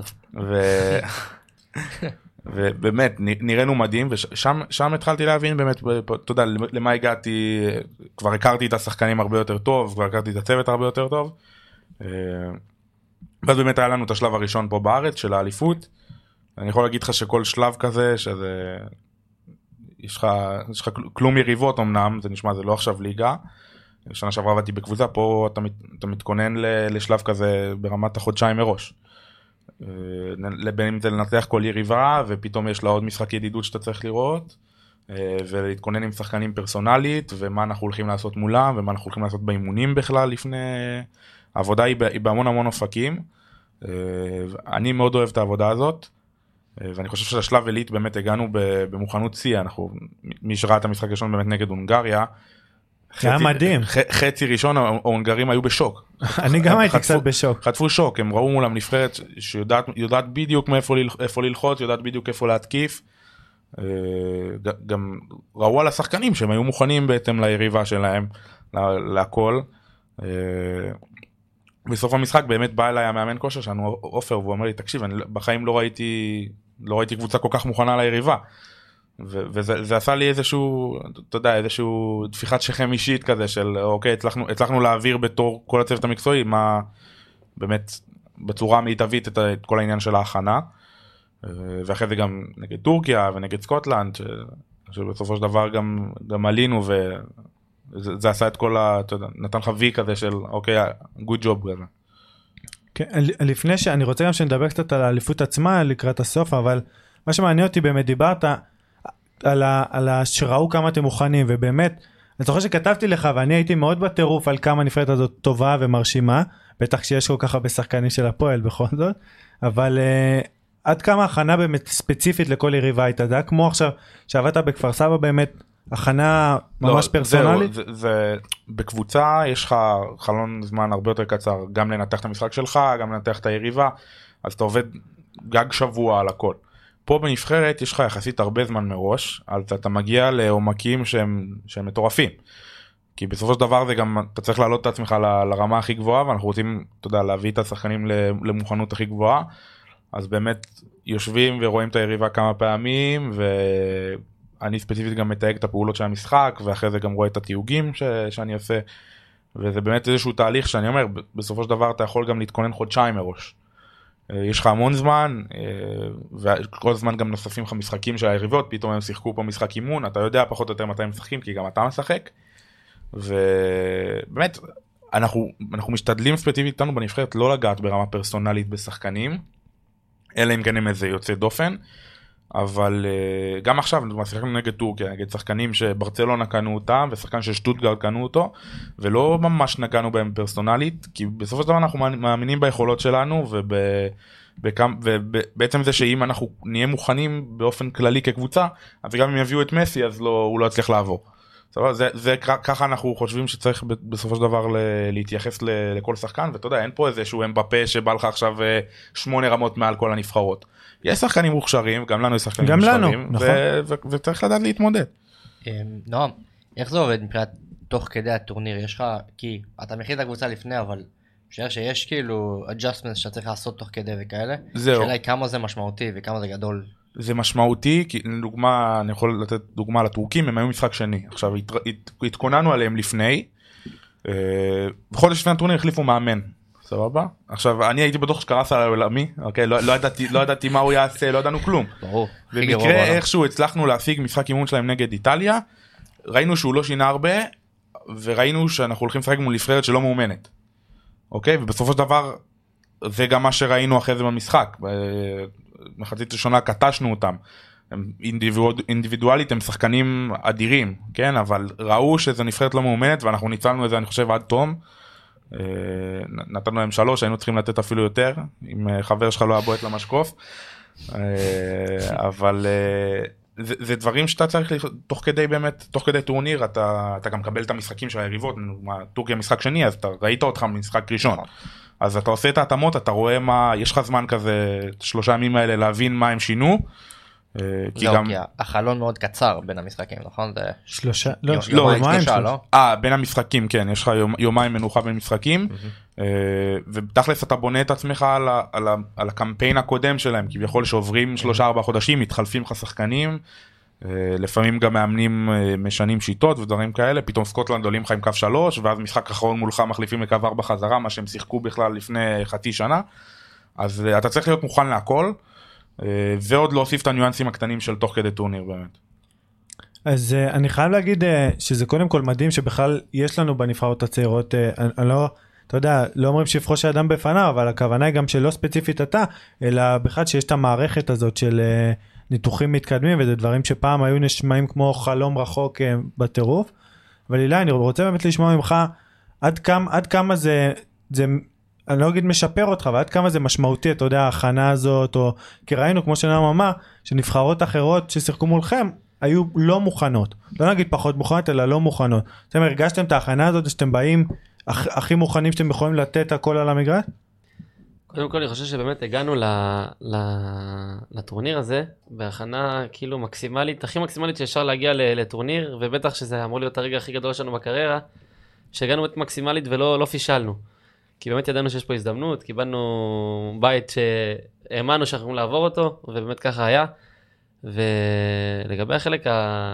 ובאמת, נראינו מדהים, ושם התחלתי להבין באמת, אתה יודע, למה הגעתי, כבר הכרתי את השחקנים הרבה יותר טוב, כבר הכרתי את הצוות הרבה יותר טוב, ואז באמת היה לנו את השלב הראשון פה בארץ, של האליפות. אני יכול להגיד לך שכל שלב כזה, שזה, יש לך, יש לך כלום יריבות אמנם, זה נשמע, זה לא עכשיו ליגה, שנה שעברה עבדתי בקבוצה, פה אתה, אתה מתכונן לשלב כזה ברמת החודשיים מראש. בין אם זה לנצח כל יריבה, ופתאום יש לה עוד משחק ידידות שאתה צריך לראות, ולהתכונן עם שחקנים פרסונלית, ומה אנחנו הולכים לעשות מולם, ומה אנחנו הולכים לעשות באימונים בכלל לפני, העבודה היא בהמון המון אופקים, אני מאוד אוהב את העבודה הזאת, ואני חושב שלשלב אלית באמת הגענו במוכנות צי, אנחנו, מי שראה את המשחק ראשון באמת נגד הונגריה, זה היה מדהים. חצי ראשון, ההונגרים היו בשוק. אני גם הייתי קצת בשוק. חטפו שוק, הם ראו מולם נבחרת שיודעת בדיוק מאיפה ללחוץ, יודעת בדיוק איפה להתקיף. גם ראו על השחקנים שהם היו מוכנים בהתאם ליריבה שלהם, להכל. בסוף המשחק באמת בא אליי המאמן כושר שלנו, אופר, והוא אומר לי, תקשיב, אני בחיים לא ראיתי, לא ראיתי קבוצה כל כך מוכנה ליריבה. וזה זה עשה לי איזשהו, אתה יודע, איזשהו דפיחת שכם אישית כזה של, אוקיי, הצלחנו, הצלחנו להעביר בתור כל הצוות המקצועי, מה באמת בצורה מיטבית את, את כל העניין של ההכנה. ואחרי זה גם נגד טורקיה ונגד סקוטלנד, ש, שבסופו של דבר גם, גם עלינו, וזה זה עשה את כל ה, אתה יודע, נתן לך וי כזה של, אוקיי, good job כזה. כן, לפני שאני רוצה גם שנדבר קצת על האליפות עצמה לקראת הסוף, אבל מה שמעניין אותי באמת, דיברת על, ה, על ה, שראו כמה אתם מוכנים, ובאמת, אני זוכר שכתבתי לך, ואני הייתי מאוד בטירוף על כמה הנבחרת הזאת טובה ומרשימה, בטח שיש כל כך הרבה שחקנים של הפועל בכל זאת, אבל uh, עד כמה הכנה באמת ספציפית לכל יריבה הייתה, זה היה כמו עכשיו שעבדת בכפר סבא באמת, הכנה ממש לא, פרסונלית? זה, זה, זה, בקבוצה יש לך חלון זמן הרבה יותר קצר, גם לנתח את המשחק שלך, גם לנתח את היריבה, אז אתה עובד גג שבוע על הכל. פה בנבחרת יש לך יחסית הרבה זמן מראש, אז אתה מגיע לעומקים שהם, שהם מטורפים. כי בסופו של דבר זה גם, אתה צריך להעלות את עצמך ל, לרמה הכי גבוהה, ואנחנו רוצים, אתה יודע, להביא את השחקנים למוכנות הכי גבוהה, אז באמת יושבים ורואים את היריבה כמה פעמים, ואני ספציפית גם מתייג את הפעולות של המשחק, ואחרי זה גם רואה את התיוגים ש, שאני עושה, וזה באמת איזשהו תהליך שאני אומר, בסופו של דבר אתה יכול גם להתכונן חודשיים מראש. יש לך המון זמן, וכל הזמן גם נוספים לך משחקים של היריבות, פתאום הם שיחקו פה משחק אימון, אתה יודע פחות או יותר מתי הם משחקים, כי גם אתה משחק, ובאמת, אנחנו, אנחנו משתדלים ספציפית איתנו בנבחרת לא לגעת ברמה פרסונלית בשחקנים, אלא אם כן הם איזה יוצא דופן, אבל גם עכשיו, שיחקנו נגד טורקיה, נגד שחקנים שברצלונה קנו אותם, ושחקן ששטוטגרד קנו אותו, ולא ממש נגענו בהם פרסונלית, כי בסופו של דבר אנחנו מאמינים ביכולות שלנו, ובעצם זה שאם אנחנו נהיה מוכנים באופן כללי כקבוצה, אז גם אם יביאו את מסי, אז לא, הוא לא יצליח לעבור. זה, זה, ככה אנחנו חושבים שצריך בסופו של דבר להתייחס לכל שחקן, ואתה יודע, אין פה איזשהו אמבפה שבא לך עכשיו שמונה רמות מעל כל הנבחרות. יש שחקנים מוכשרים, גם לנו יש שחקנים גם מוכשרים, לנו, נכון. וצריך לדעת להתמודד. נועם, איך זה עובד מבחינת תוך כדי הטורניר? יש לך, כי אתה מכין את הקבוצה לפני, אבל חושב שיש כאילו adjustments שאתה צריך לעשות תוך כדי וכאלה. זהו. שאלה היא כמה זה משמעותי וכמה זה גדול. זה משמעותי, כי לדוגמה, אני יכול לתת דוגמה לטורקים, הם היו משחק שני. עכשיו, הת, הת, התכוננו עליהם לפני, בחודש לפני הטורניר החליפו מאמן, סבבה? עכשיו, אני הייתי בטוח שקרס על העולמי, אוקיי? לא, לא, ידעתי, לא ידעתי מה הוא יעשה, לא ידענו כלום. ברור. במקרה איכשהו הצלחנו להשיג משחק אימון שלהם נגד איטליה, ראינו שהוא לא שינה הרבה, וראינו שאנחנו הולכים לשחק מול נבחרת שלא מאומנת. אוקיי? ובסופו של דבר, זה גם מה שראינו אחרי זה במשחק. מחצית ראשונה קטשנו אותם. הם אינדיבידואל, אינדיבידואלית הם שחקנים אדירים, כן? אבל ראו שזה נבחרת לא מאומנת, ואנחנו ניצלנו את זה, אני חושב, עד תום. נתנו להם שלוש, היינו צריכים לתת אפילו יותר, אם חבר שלך לא היה בועט למשקוף. אבל זה, זה דברים שאתה צריך, תוך כדי באמת, תוך כדי טורניר, אתה, אתה גם מקבל את המשחקים של היריבות, טורקיה משחק שני, אז אתה ראית אותך במשחק ראשון. אז אתה עושה את ההתאמות, אתה רואה מה, יש לך זמן כזה, שלושה ימים האלה להבין מה הם שינו. כי גם החלון מאוד קצר בין המשחקים, נכון? שלושה, לא, יומיים שלושה, לא? אה, בין המשחקים, כן, יש לך יומיים מנוחה בין משחקים, ובתכלס אתה בונה את עצמך על הקמפיין הקודם שלהם, כביכול שעוברים שלושה ארבעה חודשים, מתחלפים לך שחקנים, לפעמים גם מאמנים משנים שיטות ודברים כאלה, פתאום סקוטלנד עולים לך עם קו שלוש, ואז משחק אחרון מולך מחליפים לקו ארבע חזרה, מה שהם שיחקו בכלל לפני חצי שנה, אז אתה צריך להיות מוכן להכל, ועוד להוסיף את הניואנסים הקטנים של תוך כדי טורניר באמת. אז אני חייב להגיד שזה קודם כל מדהים שבכלל יש לנו בנבחרות הצעירות, אני לא, אתה יודע, לא אומרים שיפחוש האדם בפניו, אבל הכוונה היא גם שלא ספציפית אתה, אלא בכלל שיש את המערכת הזאת של ניתוחים מתקדמים, וזה דברים שפעם היו נשמעים כמו חלום רחוק בטירוף. אבל אילי, אני רוצה באמת לשמוע ממך עד כמה, עד כמה זה, זה, אני לא אגיד משפר אותך, ועד כמה זה משמעותי, אתה יודע, ההכנה הזאת, או כי ראינו, כמו שנאמר אמר, שנבחרות אחרות ששיחקו מולכם, היו לא מוכנות. לא נגיד פחות מוכנות, אלא לא מוכנות. זאת אומרת, הרגשתם את ההכנה הזאת, שאתם באים הכ, הכי מוכנים שאתם יכולים לתת הכל על המגרש? קודם כל, אני חושב שבאמת הגענו ל, ל, לטורניר הזה, בהכנה כאילו מקסימלית, הכי מקסימלית שאפשר להגיע לטורניר, ובטח שזה אמור להיות הרגע הכי גדול שלנו בקריירה, שהגענו באמת מקסימלית ולא לא פישלנו. כי באמת ידענו שיש פה הזדמנות, קיבלנו בית שהאמנו שאנחנו יכולים לעבור אותו, ובאמת ככה היה. ולגבי החלק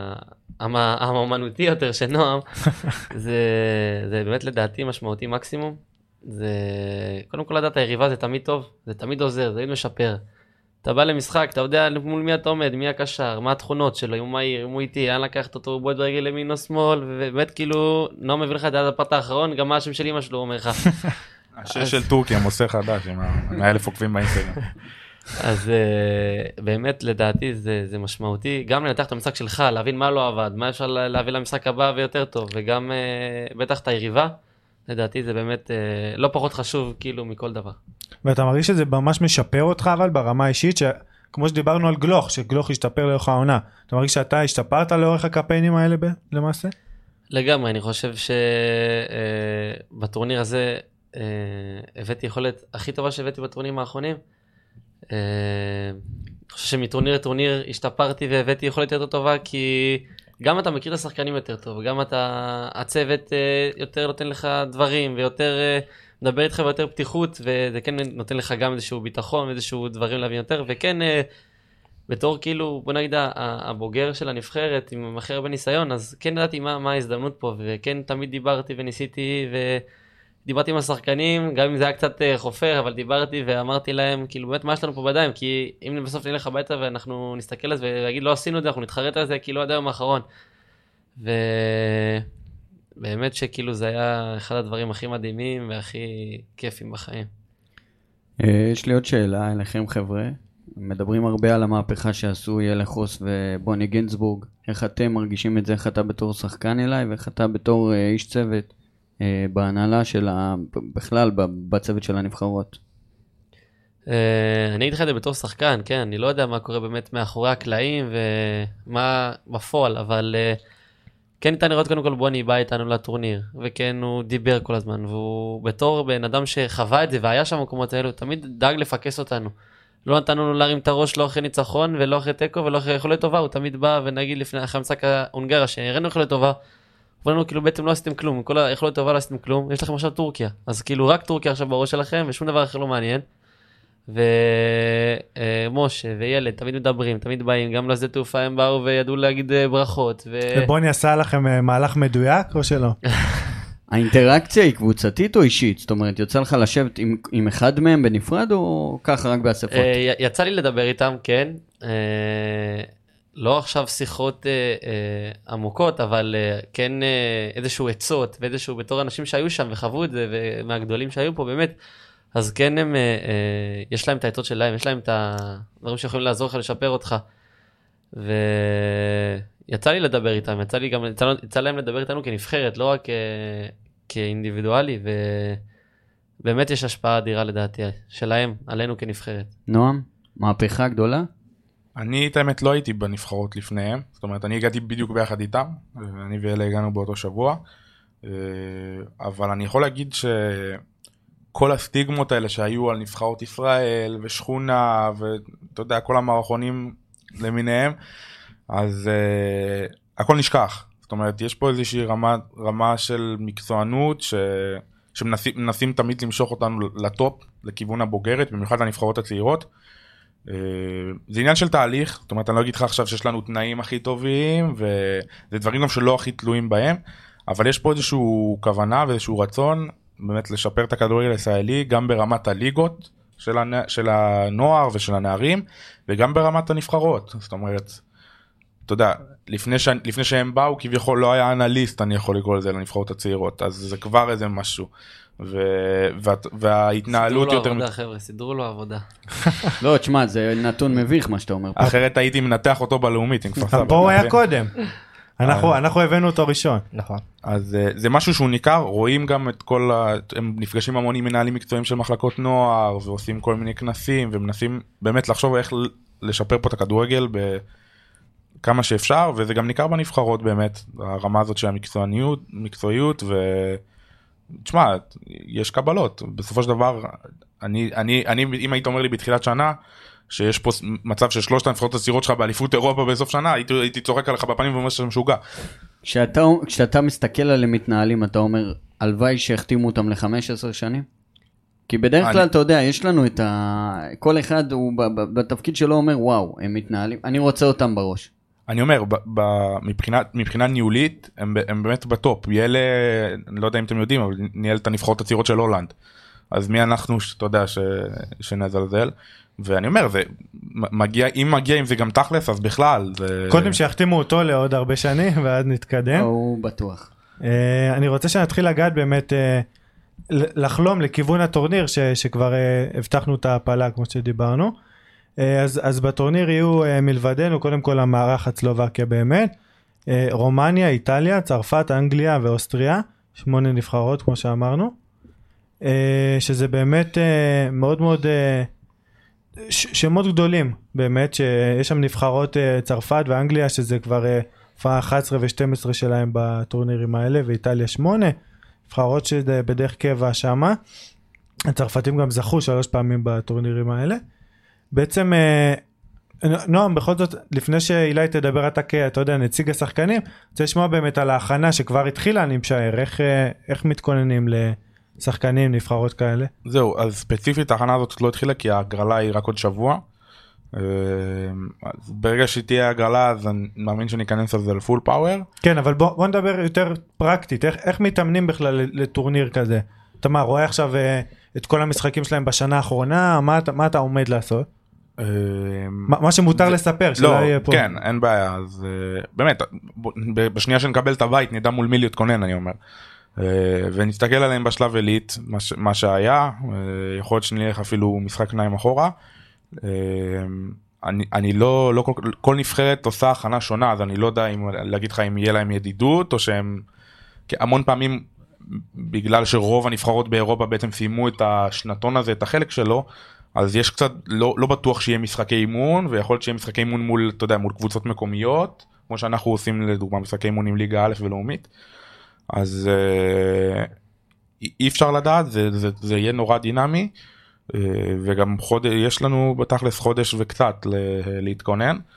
האמנותי יותר של נועם, זה, זה באמת לדעתי משמעותי מקסימום. זה, קודם כל לדעת היריבה זה תמיד טוב, זה תמיד עוזר, זה תמיד משפר. אתה בא למשחק, אתה יודע מול מי אתה עומד, מי הקשר, מה התכונות שלו, אם הוא מהיר, אם הוא איתי, אין לקחת אותו, הוא בועט ברגל למין או שמאל, ובאמת כאילו, נועם מביא לך את הפרט האחרון, גם מה השם של אמא שלו אומר לך. השם של טורקיה, מוסר חדש, עם האלף עוקבים באינסטגרם. אז באמת לדעתי זה, זה משמעותי, גם לנתח את המשחק שלך, להבין מה לא עבד, מה אפשר להביא למשחק הבא ויותר טוב, וגם בטח את היריבה, לדעתי זה באמת לא פחות חשוב כאילו מכל דבר. ואתה מרגיש שזה ממש משפר אותך אבל ברמה האישית, שכמו שדיברנו על גלוך, שגלוך ישתפר לאורך העונה, אתה מרגיש שאתה השתפרת לאורך הקמפיינים האלה למעשה? לגמרי, אני חושב שבטורניר הזה הבאתי יכולת הכי טובה שהבאתי בטורנירים האחרונים, אני חושב שמטורניר לטורניר השתפרתי והבאתי יכולת יותר טובה, כי גם אתה מכיר את השחקנים יותר טוב, גם אתה, הצוות יותר נותן לך דברים, ויותר מדבר איתך ביותר פתיחות, וזה כן נותן לך גם איזשהו ביטחון, איזשהו דברים להבין יותר, וכן בתור כאילו, בוא נגיד, הבוגר של הנבחרת, עם הכי הרבה ניסיון, אז כן ידעתי מה, מה ההזדמנות פה, וכן תמיד דיברתי וניסיתי, ודיברתי עם השחקנים, גם אם זה היה קצת חופר, אבל דיברתי ואמרתי להם, כאילו באמת מה יש לנו פה בידיים, כי אם בסוף נלך הביתה ואנחנו נסתכל על זה, ולהגיד לא עשינו את זה, אנחנו נתחרט על זה, כאילו עד היום האחרון. ובאמת שכאילו זה היה אחד הדברים הכי מדהימים, והכי כיפים בחיים. יש לי עוד שאלה אליכם חבר'ה, מדברים הרבה על המהפכה שעשו יאלה חוס ובוני גינצבורג, איך אתם מרגישים את זה, איך אתה בתור שחקן אליי, ואיך אתה בתור איש צוות, בהנהלה של ה... בכלל בצוות של הנבחרות? אני אגיד לך את זה בתור שחקן, כן, אני לא יודע מה קורה באמת מאחורי הקלעים ומה בפועל, אבל כן ניתן לראות קודם כל בוני בא איתנו לטורניר, וכן הוא דיבר כל הזמן, והוא בתור בן אדם שחווה את זה והיה שם במקומות האלו, תמיד דאג לפקס אותנו. לא נתנו לו להרים את הראש לא אחרי ניצחון ולא אחרי טקו ולא אחרי יכולת טובה, הוא תמיד בא ונגיד לפני אחרי המשחק ההונגריה שהראינו יכולת טובה, אבל לנו כאילו בעצם לא עשיתם כלום, כל היכולת טובה לא עשיתם כלום, יש לכם עכשיו טורקיה, אז כאילו רק טורקיה עכשיו בראש שלכם, ושום דבר אחר לא מעניין. ומשה וילד תמיד מדברים, תמיד באים, גם לשדה תעופה הם באו וידעו להגיד ברכות. ובוני עשה לכם מהלך מדויק או שלא? האינטראקציה היא קבוצתית או אישית? זאת אומרת, יוצא לך לשבת עם, עם אחד מהם בנפרד או ככה רק באספות? יצא לי לדבר איתם, כן. לא עכשיו שיחות עמוקות, אבל כן איזשהו עצות ואיזשהו בתור אנשים שהיו שם וחוו את זה, ומהגדולים שהיו פה באמת, אז כן הם, יש להם את העצות שלהם, יש להם את הדברים שיכולים לעזור לך לשפר אותך. ויצא לי לדבר איתם, יצא לי גם, יצא להם לדבר איתנו כנבחרת, לא רק כאינדיבידואלי, ובאמת יש השפעה אדירה לדעתי שלהם, עלינו כנבחרת. נועם, מהפכה גדולה? אני את האמת לא הייתי בנבחרות לפניהם, זאת אומרת אני הגעתי בדיוק ביחד איתם, אני ואלה הגענו באותו שבוע, אבל אני יכול להגיד שכל הסטיגמות האלה שהיו על נבחרות ישראל ושכונה ואתה יודע כל המערכונים למיניהם, אז uh, הכל נשכח, זאת אומרת יש פה איזושהי רמה, רמה של מקצוענות ש... שמנסים תמיד למשוך אותנו לטופ, לכיוון הבוגרת, במיוחד לנבחרות הצעירות. Uh, זה עניין של תהליך, זאת אומרת אני לא אגיד לך עכשיו שיש לנו תנאים הכי טובים, וזה דברים גם שלא הכי תלויים בהם, אבל יש פה איזשהו כוונה ואיזשהו רצון באמת לשפר את הכדורגל הישראלי, גם ברמת הליגות של, הנ... של הנוער ושל הנערים, וגם ברמת הנבחרות, זאת אומרת, אתה יודע, לפני, ש... לפני שהם באו, כביכול לא היה אנליסט, אני יכול לקרוא לזה לנבחרות הצעירות, אז זה כבר איזה משהו, ו... וה... וההתנהלות סידרו יותר... לו עבודה, חבר'ה, סידרו לו עבודה. לא, תשמע, זה נתון מביך מה שאתה אומר. אחרת הייתי מנתח אותו בלאומית, עם כפר סבא. פה הוא היה קודם. אנחנו, אנחנו הבאנו אותו ראשון. נכון. אז זה משהו שהוא ניכר, רואים גם את כל, ה... הם נפגשים המון עם מנהלים מקצועיים של מחלקות נוער, ועושים כל מיני כנסים, ומנסים באמת לחשוב איך לשפר פה את הכדורגל בכמה שאפשר, וזה גם ניכר בנבחרות באמת, הרמה הזאת של המקצועניות, מקצועיות, ו... תשמע, יש קבלות, בסופו של דבר, אני, אני, אני, אם היית אומר לי בתחילת שנה, שיש פה מצב של שלושת הנבחרות הצעירות שלך באליפות אירופה בסוף שנה, הייתי, הייתי צוחק עליך בפנים ואומר שאתה משוגע. כשאתה, כשאתה מסתכל עליהם מתנהלים, אתה אומר, הלוואי שהחתימו אותם ל-חמש עשרה שנים? כי בדרך אני... כלל, אתה יודע, יש לנו את ה... כל אחד הוא בתפקיד שלו אומר, וואו, הם מתנהלים, אני רוצה אותם בראש. אני אומר, ב, ב, מבחינה, מבחינה ניהולית, הם, הם באמת בטופ. יאלה, אני לא יודע אם אתם יודעים, אבל ניהל את הנבחרות הצעירות של הולנד. אז מי אנחנו, אתה יודע, ש, שנזלזל. ואני אומר, זה מגיע, אם מגיע עם זה גם תכלס, אז בכלל. זה... קודם שיחתימו אותו לעוד הרבה שנים, ואז נתקדם. הוא בטוח. אני רוצה שנתחיל לגעת באמת, לחלום לכיוון הטורניר, ש, שכבר הבטחנו את ההפלה, כמו שדיברנו. אז, אז בטורניר יהיו מלבדנו, קודם כל המערך הצלובקיה באמת, רומניה, איטליה, צרפת, אנגליה ואוסטריה, שמונה נבחרות כמו שאמרנו, שזה באמת מאוד מאוד, שמות גדולים באמת, שיש שם נבחרות צרפת ואנגליה, שזה כבר אחת עשרה ו-שתים עשרה שלהם בטורנירים האלה, ואיטליה שמונה, נבחרות שבדרך קבע שמה, הצרפתים גם זכו שלוש פעמים בטורנירים האלה, בעצם, נועם, בכל זאת, לפני שאילי תדבר אתה כ, אתה יודע, נציג השחקנים, רוצה לשמוע באמת על ההכנה שכבר התחילה, אני משער, איך, איך מתכוננים לשחקנים, נבחרות כאלה? זהו, אז ספציפית ההכנה הזאת לא התחילה, כי ההגרלה היא רק עוד שבוע. ברגע שתהיה ההגרלה, אז אני מאמין שניכנס על זה לפול פאוור. כן, אבל בוא, בוא נדבר יותר פרקטית, איך, איך מתאמנים בכלל לטורניר כזה? אתה מה, רואה עכשיו את כל המשחקים שלהם בשנה האחרונה, מה, מה אתה עומד לעשות? מה שמותר לספר, שלא יהיה פה. כן, אין בעיה, אז באמת, בשנייה שנקבל את הבית, נדע מול מי להתכונן, אני אומר. ונסתכל עליהם בשלב עילית, מה שהיה, יכול להיות שנלך אפילו משחק נעים אחורה. אני לא, לא, כל נבחרת עושה הכנה שונה, אז אני לא יודע להגיד לך אם יהיה להם ידידות, או שהם, המון פעמים, בגלל שרוב הנבחרות באירופה בעצם סיימו את השנתון הזה, את החלק שלו, אז יש קצת, לא, לא בטוח שיהיה משחקי אימון, ויכול להיות שיהיה משחקי אימון מול, אתה יודע, מול קבוצות מקומיות, כמו שאנחנו עושים לדוגמה משחקי אימון עם ליגה א' ולאומית, אז אה, אי אפשר לדעת, זה, זה, זה יהיה נורא דינמי, אה, וגם חודש, יש לנו בתכלס חודש וקצת ל, להתכונן,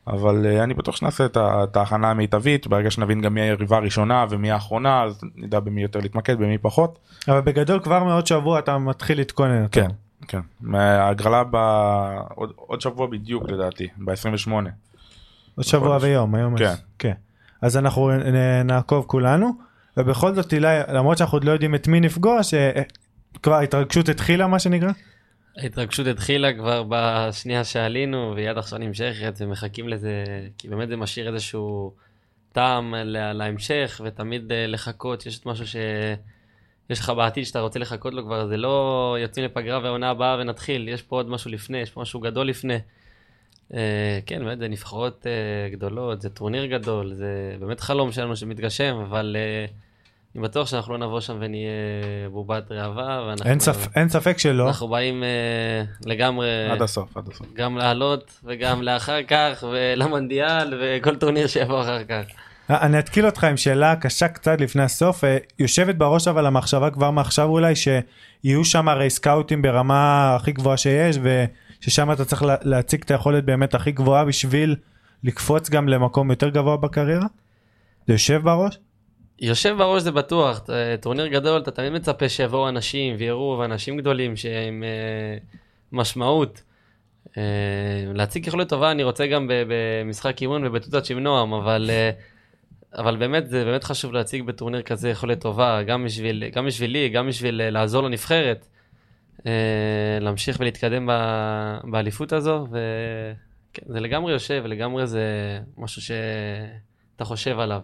אבל uh, אני בטוח שנעשה את, ה- את ההכנה המיטבית, ברגע שנבין גם מי היריבה הראשונה ומי האחרונה, אז נדע במי יותר להתמקד, במי פחות. אבל בגדול כבר מעוד שבוע אתה מתחיל להתכונן. כן, כן. ההגרלה בעוד עוד שבוע בדיוק לדעתי, ב-עשרים ושמונה. עוד שבוע ויום, היום. כן. כן. אז אנחנו נ- נעקוב כולנו, ובכל זאת אילי, למרות שאנחנו עוד לא יודעים את מי נפגוש, אה, כבר ההתרגשות התחילה מה שנקרא? ההתרגשות התחילה כבר בשנייה שעלינו, ויד עכשיו נמשכת, ומחכים לזה, כי באמת זה משאיר איזשהו טעם לה- להמשך, ותמיד אה, לחכות, יש את משהו ש... יש לך בעתיד שאתה רוצה לחכות לו כבר, זה לא יוצאים לפגרה והעונה הבאה ונתחיל, יש פה עוד משהו לפני, יש פה משהו גדול לפני. אה, כן, באמת, זה נבחרות אה, גדולות, זה טורניר גדול, זה באמת חלום שלנו שמתגשם, אבל אה, אני בטוח שאנחנו לא נבוא שם ונהיה בובת ראווה, ואנחנו... אין, ספ... אין ספק שלא. אנחנו באים אה, לגמרי, עד הסוף, עד הסוף. גם לעלות וגם לאחר כך, ולמונדיאל וכל טורניר שיבוא אחר כך. אני אתקיל אותך עם שאלה קשה קצת לפני הסוף, אה, יושבת בראש אבל המחשבה כבר מעכשיו אולי שיהיו שם הרי סקאוטים ברמה הכי גבוהה שיש, וששם אתה צריך לה- להציג את היכולת באמת הכי גבוהה בשביל לקפוץ גם למקום יותר גבוה בקריירה? זה יושב בראש? יושב בראש זה בטוח, ט- טורניר גדול, אתה תמיד מצפה שיבואו אנשים ויראו, ואנשים גדולים שהם אה, משמעות. אה, להציג יכולת טובה, אני רוצה גם ב- במשחק אימון ובתוצאת עם נועם, אבל, אה, אבל באמת, זה באמת חשוב להציג בטורניר כזה יכולת טובה, גם, בשביל, גם בשבילי, גם בשביל אה, לעזור לנבחרת, אה, להמשיך ולהתקדם ב- באליפות הזו, וכן, זה לגמרי יושב, ולגמרי זה משהו שאתה חושב עליו.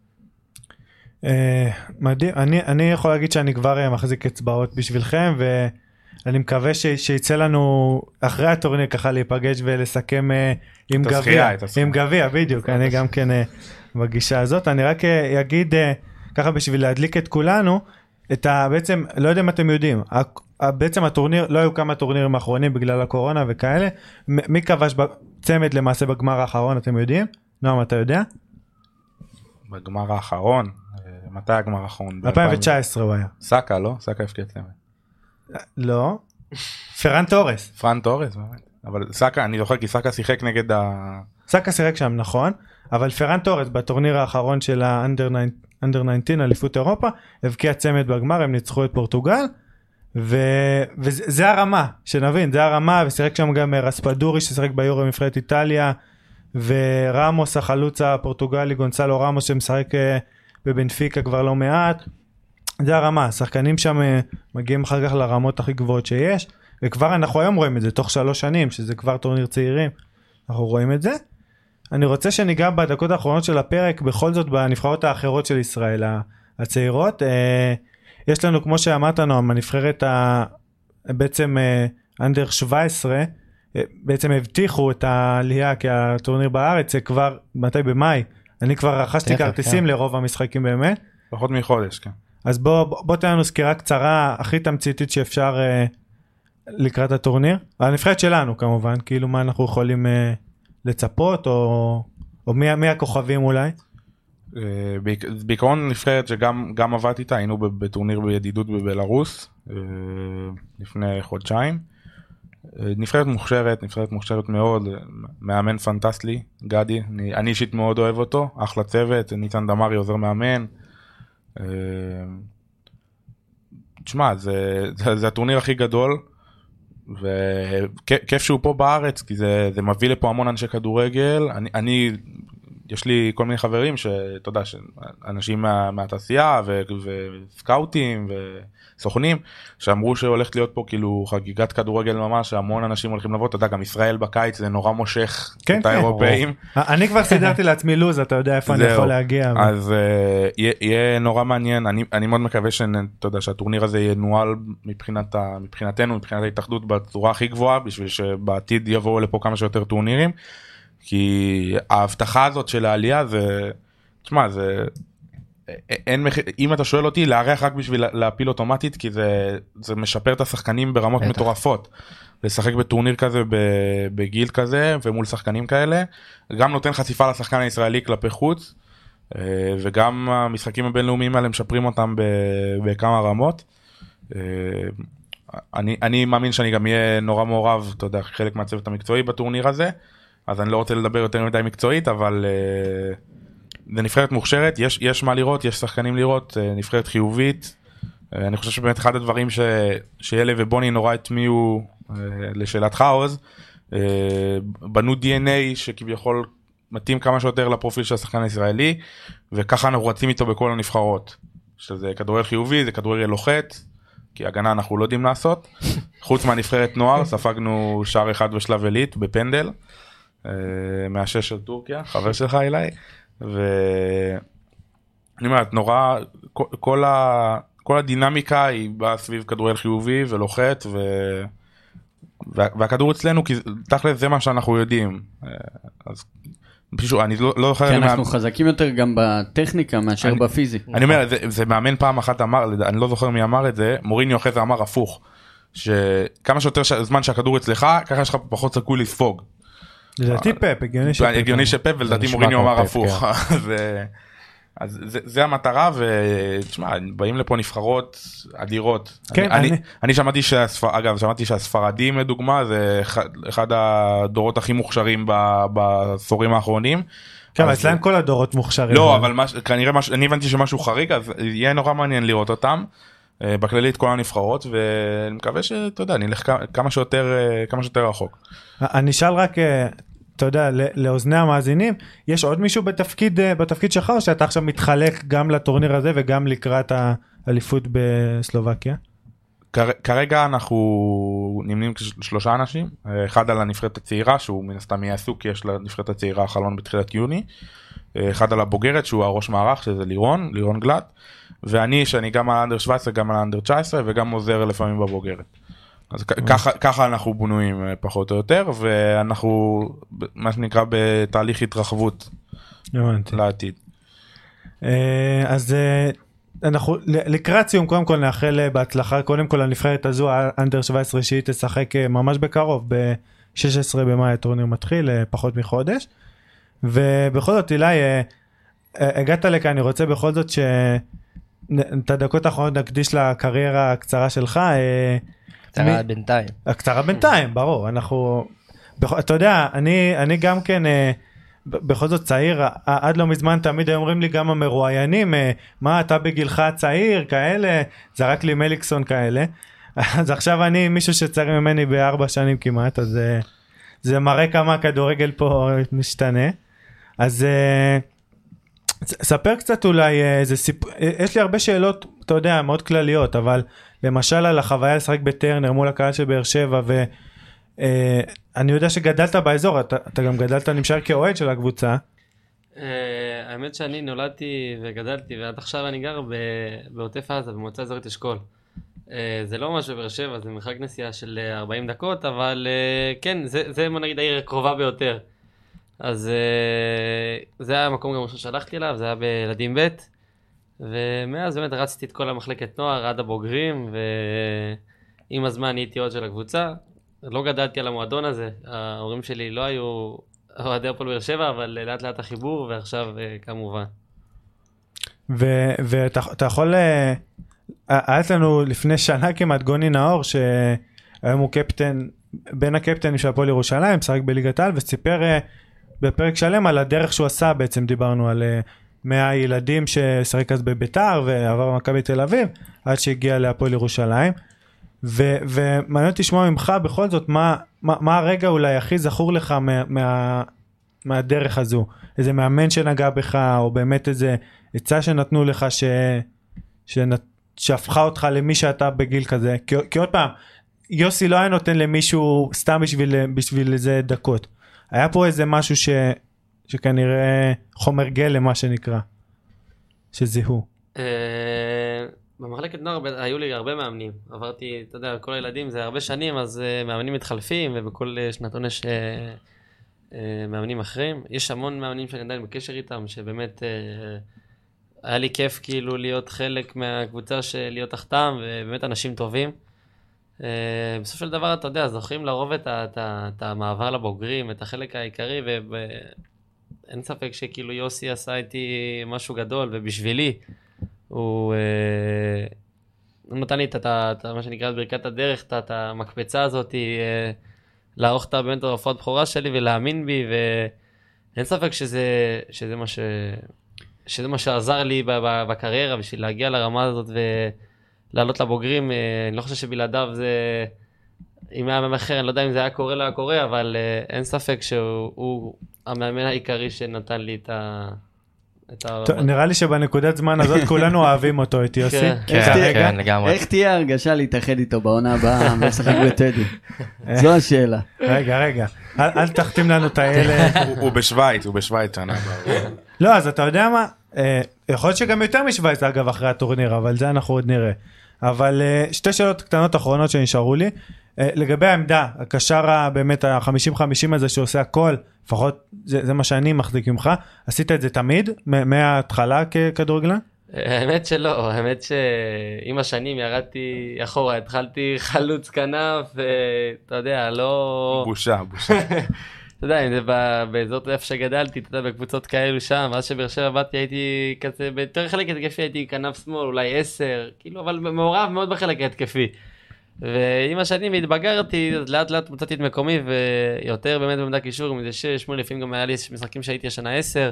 אה, מדהים, אני, אני יכול להגיד שאני כבר אה, מחזיק אצבעות בשבילכם, ואני מקווה ש, שיצא לנו אחרי הטורניר ככה להיפגש ולסכם אה, עם את הזכייה, גביע, את הזכייה. עם גביע, בדיוק, אני גם כן אה, בגישה הזאת. אני רק אה, אגיד אה, ככה בשביל להדליק את כולנו, את ה, בעצם, לא יודע אם אתם יודעים, ה, ה, בעצם הטורניר, לא היו כמה טורנירים האחרונים בגלל הקורונה וכאלה, מ- מי כבש בצמד למעשה בגמר האחרון, אתם יודעים? נועם, אתה יודע? בגמר האחרון, אה, מתי הגמר האחרון? אלפיים תשע עשרה הוא היה. סאקה, לא? סאקה הפקיע צמד. לא. פרן תורס. פרן תורס, באמת. אבל סאקה, אני זוכר כי סאקה שיחק נגד ה... סאקה שיחק שם, נכון, אבל פרן תורס בטורניר האחרון של האנדר תשע עשרה, אליפות אירופה, הבקיע צמד בגמר, הם ניצחו את פורטוגל, ו... וזה הרמה, שנבין, זה הרמה, ושיחק שם גם רספדורי ששיחק ביורו בנבחרת איטליה, ורמוס החלוץ הפורטוגלי, גונסלו רמוס שמשחק אה, בבנפיקה כבר לא מעט, זה הרמה, השחקנים שם אה, מגיעים אחר כך לרמות הכי גבוהות שיש, וכבר אנחנו היום רואים את זה, תוך שלוש שנים, שזה כבר טורניר צעירים, אנחנו רואים את זה. אני רוצה שניגע בדקות האחרונות של הפרק, בכל זאת בנבחרות האחרות של ישראל, הצעירות. אה, יש לנו, כמו שאמרת נועם, הנבחרת ה... בעצם אה, אנדר שבע עשרה, אה, בעצם הבטיחו את העלייה, כי הטורניר בארץ זה כבר, מתי במאי, אני כבר רכשתי תכף, כרטיסים כן. לרוב המשחקים באמת, פחות מחודש, כן. אז בוא, בוא, בוא תן לנו סקירה קצרה, הכי תמציתית שאפשר אה, לקראת הטורניר, הנבחרת שלנו כמובן, כאילו מה אנחנו יכולים אה, לצפות, או, או מי, מי הכוכבים אולי? אה, בעיק- בעיקרון נבחרת שגם גם עבדתי איתה, היינו ב- בטורניר בידידות בבלרוס אה, לפני חודשיים. אה, נבחרת מוכשרת, נבחרת מוכשרת מאוד, אה, מאמן פנטסטי, גדי, אני, אני אישית מאוד אוהב אותו, אחלה צוות, ניצן דמרי עוזר מאמן. אה, תשמע, זה, זה, זה הטורניר הכי גדול, וכיף שהוא פה בארץ, כי זה, זה מביא לפה המון אנשי כדורגל. אני, אני יש לי כל מיני חברים שאתה יודע, אנשים מה, מהתעשייה ו, וסקאוטים וסוכנים שאמרו שהולכת להיות פה כאילו חגיגת כדורגל ממש, שהמון אנשים הולכים לבוא, אתה יודע, גם ישראל בקיץ זה נורא מושך כן, את כן. האירופאים. אני כבר סידרתי לעצמי לוז, אתה יודע איפה אני זהו. יכול להגיע. אבל- אז uh, יהיה, יהיה נורא מעניין, אני, אני מאוד מקווה שאתה יודע, שהטורניר הזה ינוהל מבחינת ה, מבחינתנו, מבחינת ההתאחדות בצורה הכי גבוהה, בשביל שבעתיד יבואו לפה כמה שיותר טורנירים, כי ההבטחה הזאת של העלייה זה, תשמע, זה, אין מחיר, אם אתה שואל אותי, לארח רק בשביל להפיל אוטומטית, כי זה, זה משפר את השחקנים ברמות בטח. מטורפות. לשחק בטורניר כזה, בגיל כזה, ומול שחקנים כאלה, גם נותן חשיפה לשחקן הישראלי כלפי חוץ, וגם המשחקים הבינלאומיים האלה משפרים אותם בכמה רמות. אני, אני מאמין שאני גם אהיה נורא מעורב, אתה יודע, חלק מהצוות המקצועי בטורניר הזה, אז אני לא רוצה לדבר יותר מדי מקצועית, אבל זה נבחרת מוכשרת, יש, יש מה לראות, יש שחקנים לראות, נבחרת חיובית. אני חושב שבאמת אחד הדברים ש, שאלה ובוני נורא התמיעו לשאלתך עוז, בנו די אן איי שכביכול מתאים כמה שיותר לפרופיל של השחקן הישראלי, וככה אנחנו רצים איתו בכל הנבחרות. שזה כדורגל חיובי, זה כדורגל לוחץ, כי הגנה אנחנו לא יודעים לעשות. חוץ מהנבחרת נוער, ספגנו שער אחד בשלב עילית בפנדל, מהשש של טורקיה, חבר שלך אליי, ואני אומרת, נורא, כל, כל, ה... כל הדינמיקה היא באה סביב כדורגל חיובי ולוחץ, ו... וה... והכדור אצלנו, כי תכל'ס זה מה שאנחנו יודעים. אז פשוט, אני לא, לא זוכר... כי אנחנו מה... חזקים יותר גם בטכניקה מאשר אני... בפיזי. אני אומר, זה, זה מאמן פעם אחת אמר, אני לא זוכר מי אמר את זה, מוריניו אחרי זה אמר הפוך, שכמה שיותר זמן שהכדור אצלך, ככה יש לך פחות סיכוי לספוג. לדעתי פפ, הגיוני שפפ. הגיוני שפפ, ולדעתי מוריניו אמר הפוך. אז זה, זה המטרה, ותשמע, באים לפה נבחרות אדירות. כן, אני, אני... אני שמעתי שהספר, אגב, שמעתי שהספרדים לדוגמה, זה אחד, אחד הדורות הכי מוכשרים בעשורים האחרונים. כן, אצלם כל הדורות מוכשרים. לא, אבל מש, כנראה, מש, אני הבנתי שמשהו חריג, אז יהיה נורא מעניין לראות אותם, בכללית כל הנבחרות, ואני מקווה שאתה יודע, נלך כמה שיותר, כמה שיותר רחוק. אני אשאל רק... אתה יודע, לאוזני המאזינים, יש עוד מישהו בתפקיד, בתפקיד שלך, או שאתה עכשיו מתחלק גם לטורניר הזה, וגם לקראת האליפות בסלובקיה? כרגע אנחנו נמנים שלושה אנשים, אחד על הנבחרת הצעירה, שהוא מן הסתם יהיה עסוק, כי יש לנבחרת הצעירה חלון בתחילת יוני, אחד על הבוגרת, שהוא הראש מערך, שזה לירון, לירון גלט, ואני, שאני גם על האנדר שבע עשרה, גם על האנדר תשע עשרה, וגם עוזר לפעמים בבוגרת. אז ככה, ככה אנחנו בנויים פחות או יותר, ואנחנו, מה שנקרא, בתהליך התרחבות לעתיד. אז אנחנו, לקראת סיום, קודם כל נאחל בהצלחה, קודם כל הנבחרת הזו, אנדר שבע עשרה שהיא תשחק ממש בקרוב, ב-שישה עשר במאי הטורניר מתחיל, פחות מחודש, ובכל זאת, אילי, הגעת לכאן, אני רוצה בכל זאת שאת הדקות האחרונות נקדיש לקריירה הקצרה שלך, הקצרה בינתיים. הקצרה בינתיים, ברור. אנחנו, אתה יודע, אני, אני גם כן, בכל זאת צעיר, עד לא מזמן תמיד אומרים לי גם המרואיינים, מה אתה בגילך צעיר, כאלה, זרק לי מליקסון כאלה. אז עכשיו אני מישהו שצעיר ממני בארבע שנים כמעט, אז זה מראה כמה הכדורגל פה משתנה. אז ספר קצת אולי, איזה סיפ... יש לי הרבה שאלות, אתה יודע, מאוד כלליות, אבל למשל על החוויה לשחק בטרנר מול הקהל של באר שבע, ואני יודע שגדלת באזור, אתה, אתה גם גדלת נמשל כאוהד של הקבוצה. האמת שאני נולדתי וגדלתי, ועד עכשיו אני גר בעוטף עזה, במועצה אזורית אשכול. זה לא ממש בבאר שבע, זה מרחק נסיעה של ארבעים דקות, אבל כן, זה, זה נגיד העיר הקרובה ביותר. אז זה היה המקום גם ששלחתי אליו, זה היה בילדים ב', ומאז באמת רצתי את כל המחלקת נוער עד הבוגרים, ועם הזמן הייתי עוד של הקבוצה. לא גדלתי על המועדון הזה, ההורים שלי לא היו אוהדי הפועל באר שבע, אבל לאט לאט החיבור, ועכשיו כמובן. ואתה יכול, היה לנו לפני שנה כמעט גוני נאור, שהיום הוא קפטן, בין הקפטנים של הפועל ירושלים, שחק בליגת העל, וסיפר בפרק שלם על הדרך שהוא עשה, בעצם דיברנו על מאה ילדים ששחק אז בביתר ועבר במכבי תל אביב, עד שהגיע להפועל ירושלים. ו- ומעניין תשמוע ממך בכל זאת, מה, מה, מה הרגע אולי הכי זכור לך מה, מה, מהדרך הזו? איזה מאמן שנגע בך, או באמת איזה עצה שנתנו לך ש, שנת, שהפכה אותך למי שאתה בגיל כזה? כי, כי עוד פעם, יוסי לא היה נותן למישהו סתם בשביל, בשביל איזה דקות. היה פה איזה משהו ש, שכנראה חומר גלם, מה שנקרא, שזיהו. במחלקת נוער היו לי הרבה מאמנים, עברתי, אתה יודע, כל הילדים זה הרבה שנים, אז מאמנים מתחלפים, ובכל שנתון יש מאמנים אחרים. יש המון מאמנים שאני עדיין בקשר איתם, שבאמת היה לי כיף כאילו להיות חלק מהקבוצה של להיות תחתם, ובאמת אנשים טובים. בסוף של דבר, אתה יודע, זוכרים לרוב את, את, את המעבר לבוגרים, את החלק העיקרי, ואין ספק שכאילו יוסי עשה איתי משהו גדול, ובשבילי הוא נתן לי את, את, את מה שנקרא ברכת הדרך, את, את המקפצה הזאת, לערוך את באמת הרפואת בכורה שלי ולהאמין בי, ואין ספק שזה, שזה מה ש... שזה מה שעזר לי בקריירה, בשביל להגיע לרמה הזאת ולעלות לבוגרים. אני לא חושב שבלעדיו זה, אם היה מאמן אחר, אני לא יודע אם זה היה קורה, לא היה קורה, אבל אין ספק שהוא המאמן העיקרי שנתן לי את ה... נראה לי שבנקודת זמן הזאת כולנו אוהבים אותו, את יוסי. כן, לגמרי. איך תהיה הרגשה להתאחד איתו בעונה הבאה ולשחק בטדי? זו השאלה. רגע, רגע, אל תחתים לנו את הילד. הוא בשוויץ, הוא בשוויץ שנה. לא, אז אתה יודע מה? יכול להיות שגם יותר משוויץ, אגב, אחרי הטורניר, אבל זה אנחנו עוד נראה. אבל שתי שאלות קטנות אחרונות שנשארו לי. לגבי העמדה, הקשר באמת ה-חמישים חמישים הזה שעושה הכל, לפחות זה, זה מה שאני מחזיק ממך, עשית את זה תמיד, מההתחלה ככדורגלן? האמת שלא, האמת שעם השנים ירדתי אחורה, התחלתי חלוץ כנף, ואתה יודע, לא... בושה, בושה. אתה יודע, אם זה באזור איפה שגדלתי, אתה יודע, בקבוצות כאלו שם, אז שבאר שבע באתי הייתי כזה, ביותר חלק התקפי הייתי כנף שמאל, אולי עשר, כאילו, אבל מעורב מאוד בחלק התקפי. ועם השנים התבגרתי, אז לאט לאט מצאתי את מקומי, ויותר באמת בעמדה קישור, מזה שש, שמונה, לפעמים גם היה לי משחקים שהייתי השנה עשר,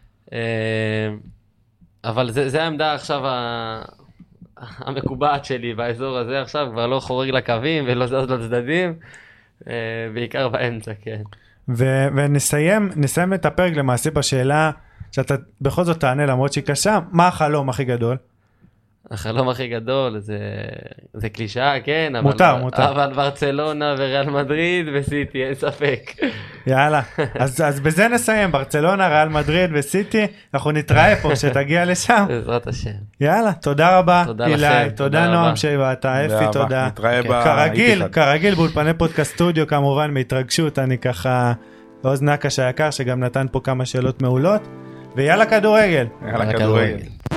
אבל זה, זה העמדה עכשיו המקובעת שלי באזור הזה עכשיו, כבר לא חורג לקווים ולא זז לצדדים, בעיקר באמצע, כן. ו- ונסיים, נסיים את הפרק למעשה בשאלה, שאתה בכל זאת תענה למרות שהיא קשה, מה החלום הכי גדול? החלום הכי גדול זה, זה קלישאה, כן, אבל, מותר, מותר. אבל ברצלונה וריאל מדריד וסיטי, אין ספק. יאללה, אז, אז בזה נסיים, ברצלונה, ריאל מדריד וסיטי, אנחנו נתראה פה שתגיע לשם. בעזרת השם. יאללה, תודה רבה, תודה אילי, לכם, תודה, תודה נועם רבה. שבאת, אפי, תודה. נתראה כן. ב... כרגיל, כרגיל באולפני פודקאסט סטודיו, כמובן מהתרגשות, אני ככה, עוז נקש היקר שגם נתן פה כמה שאלות מעולות, ויאללה כדורגל. יאללה כדורגל.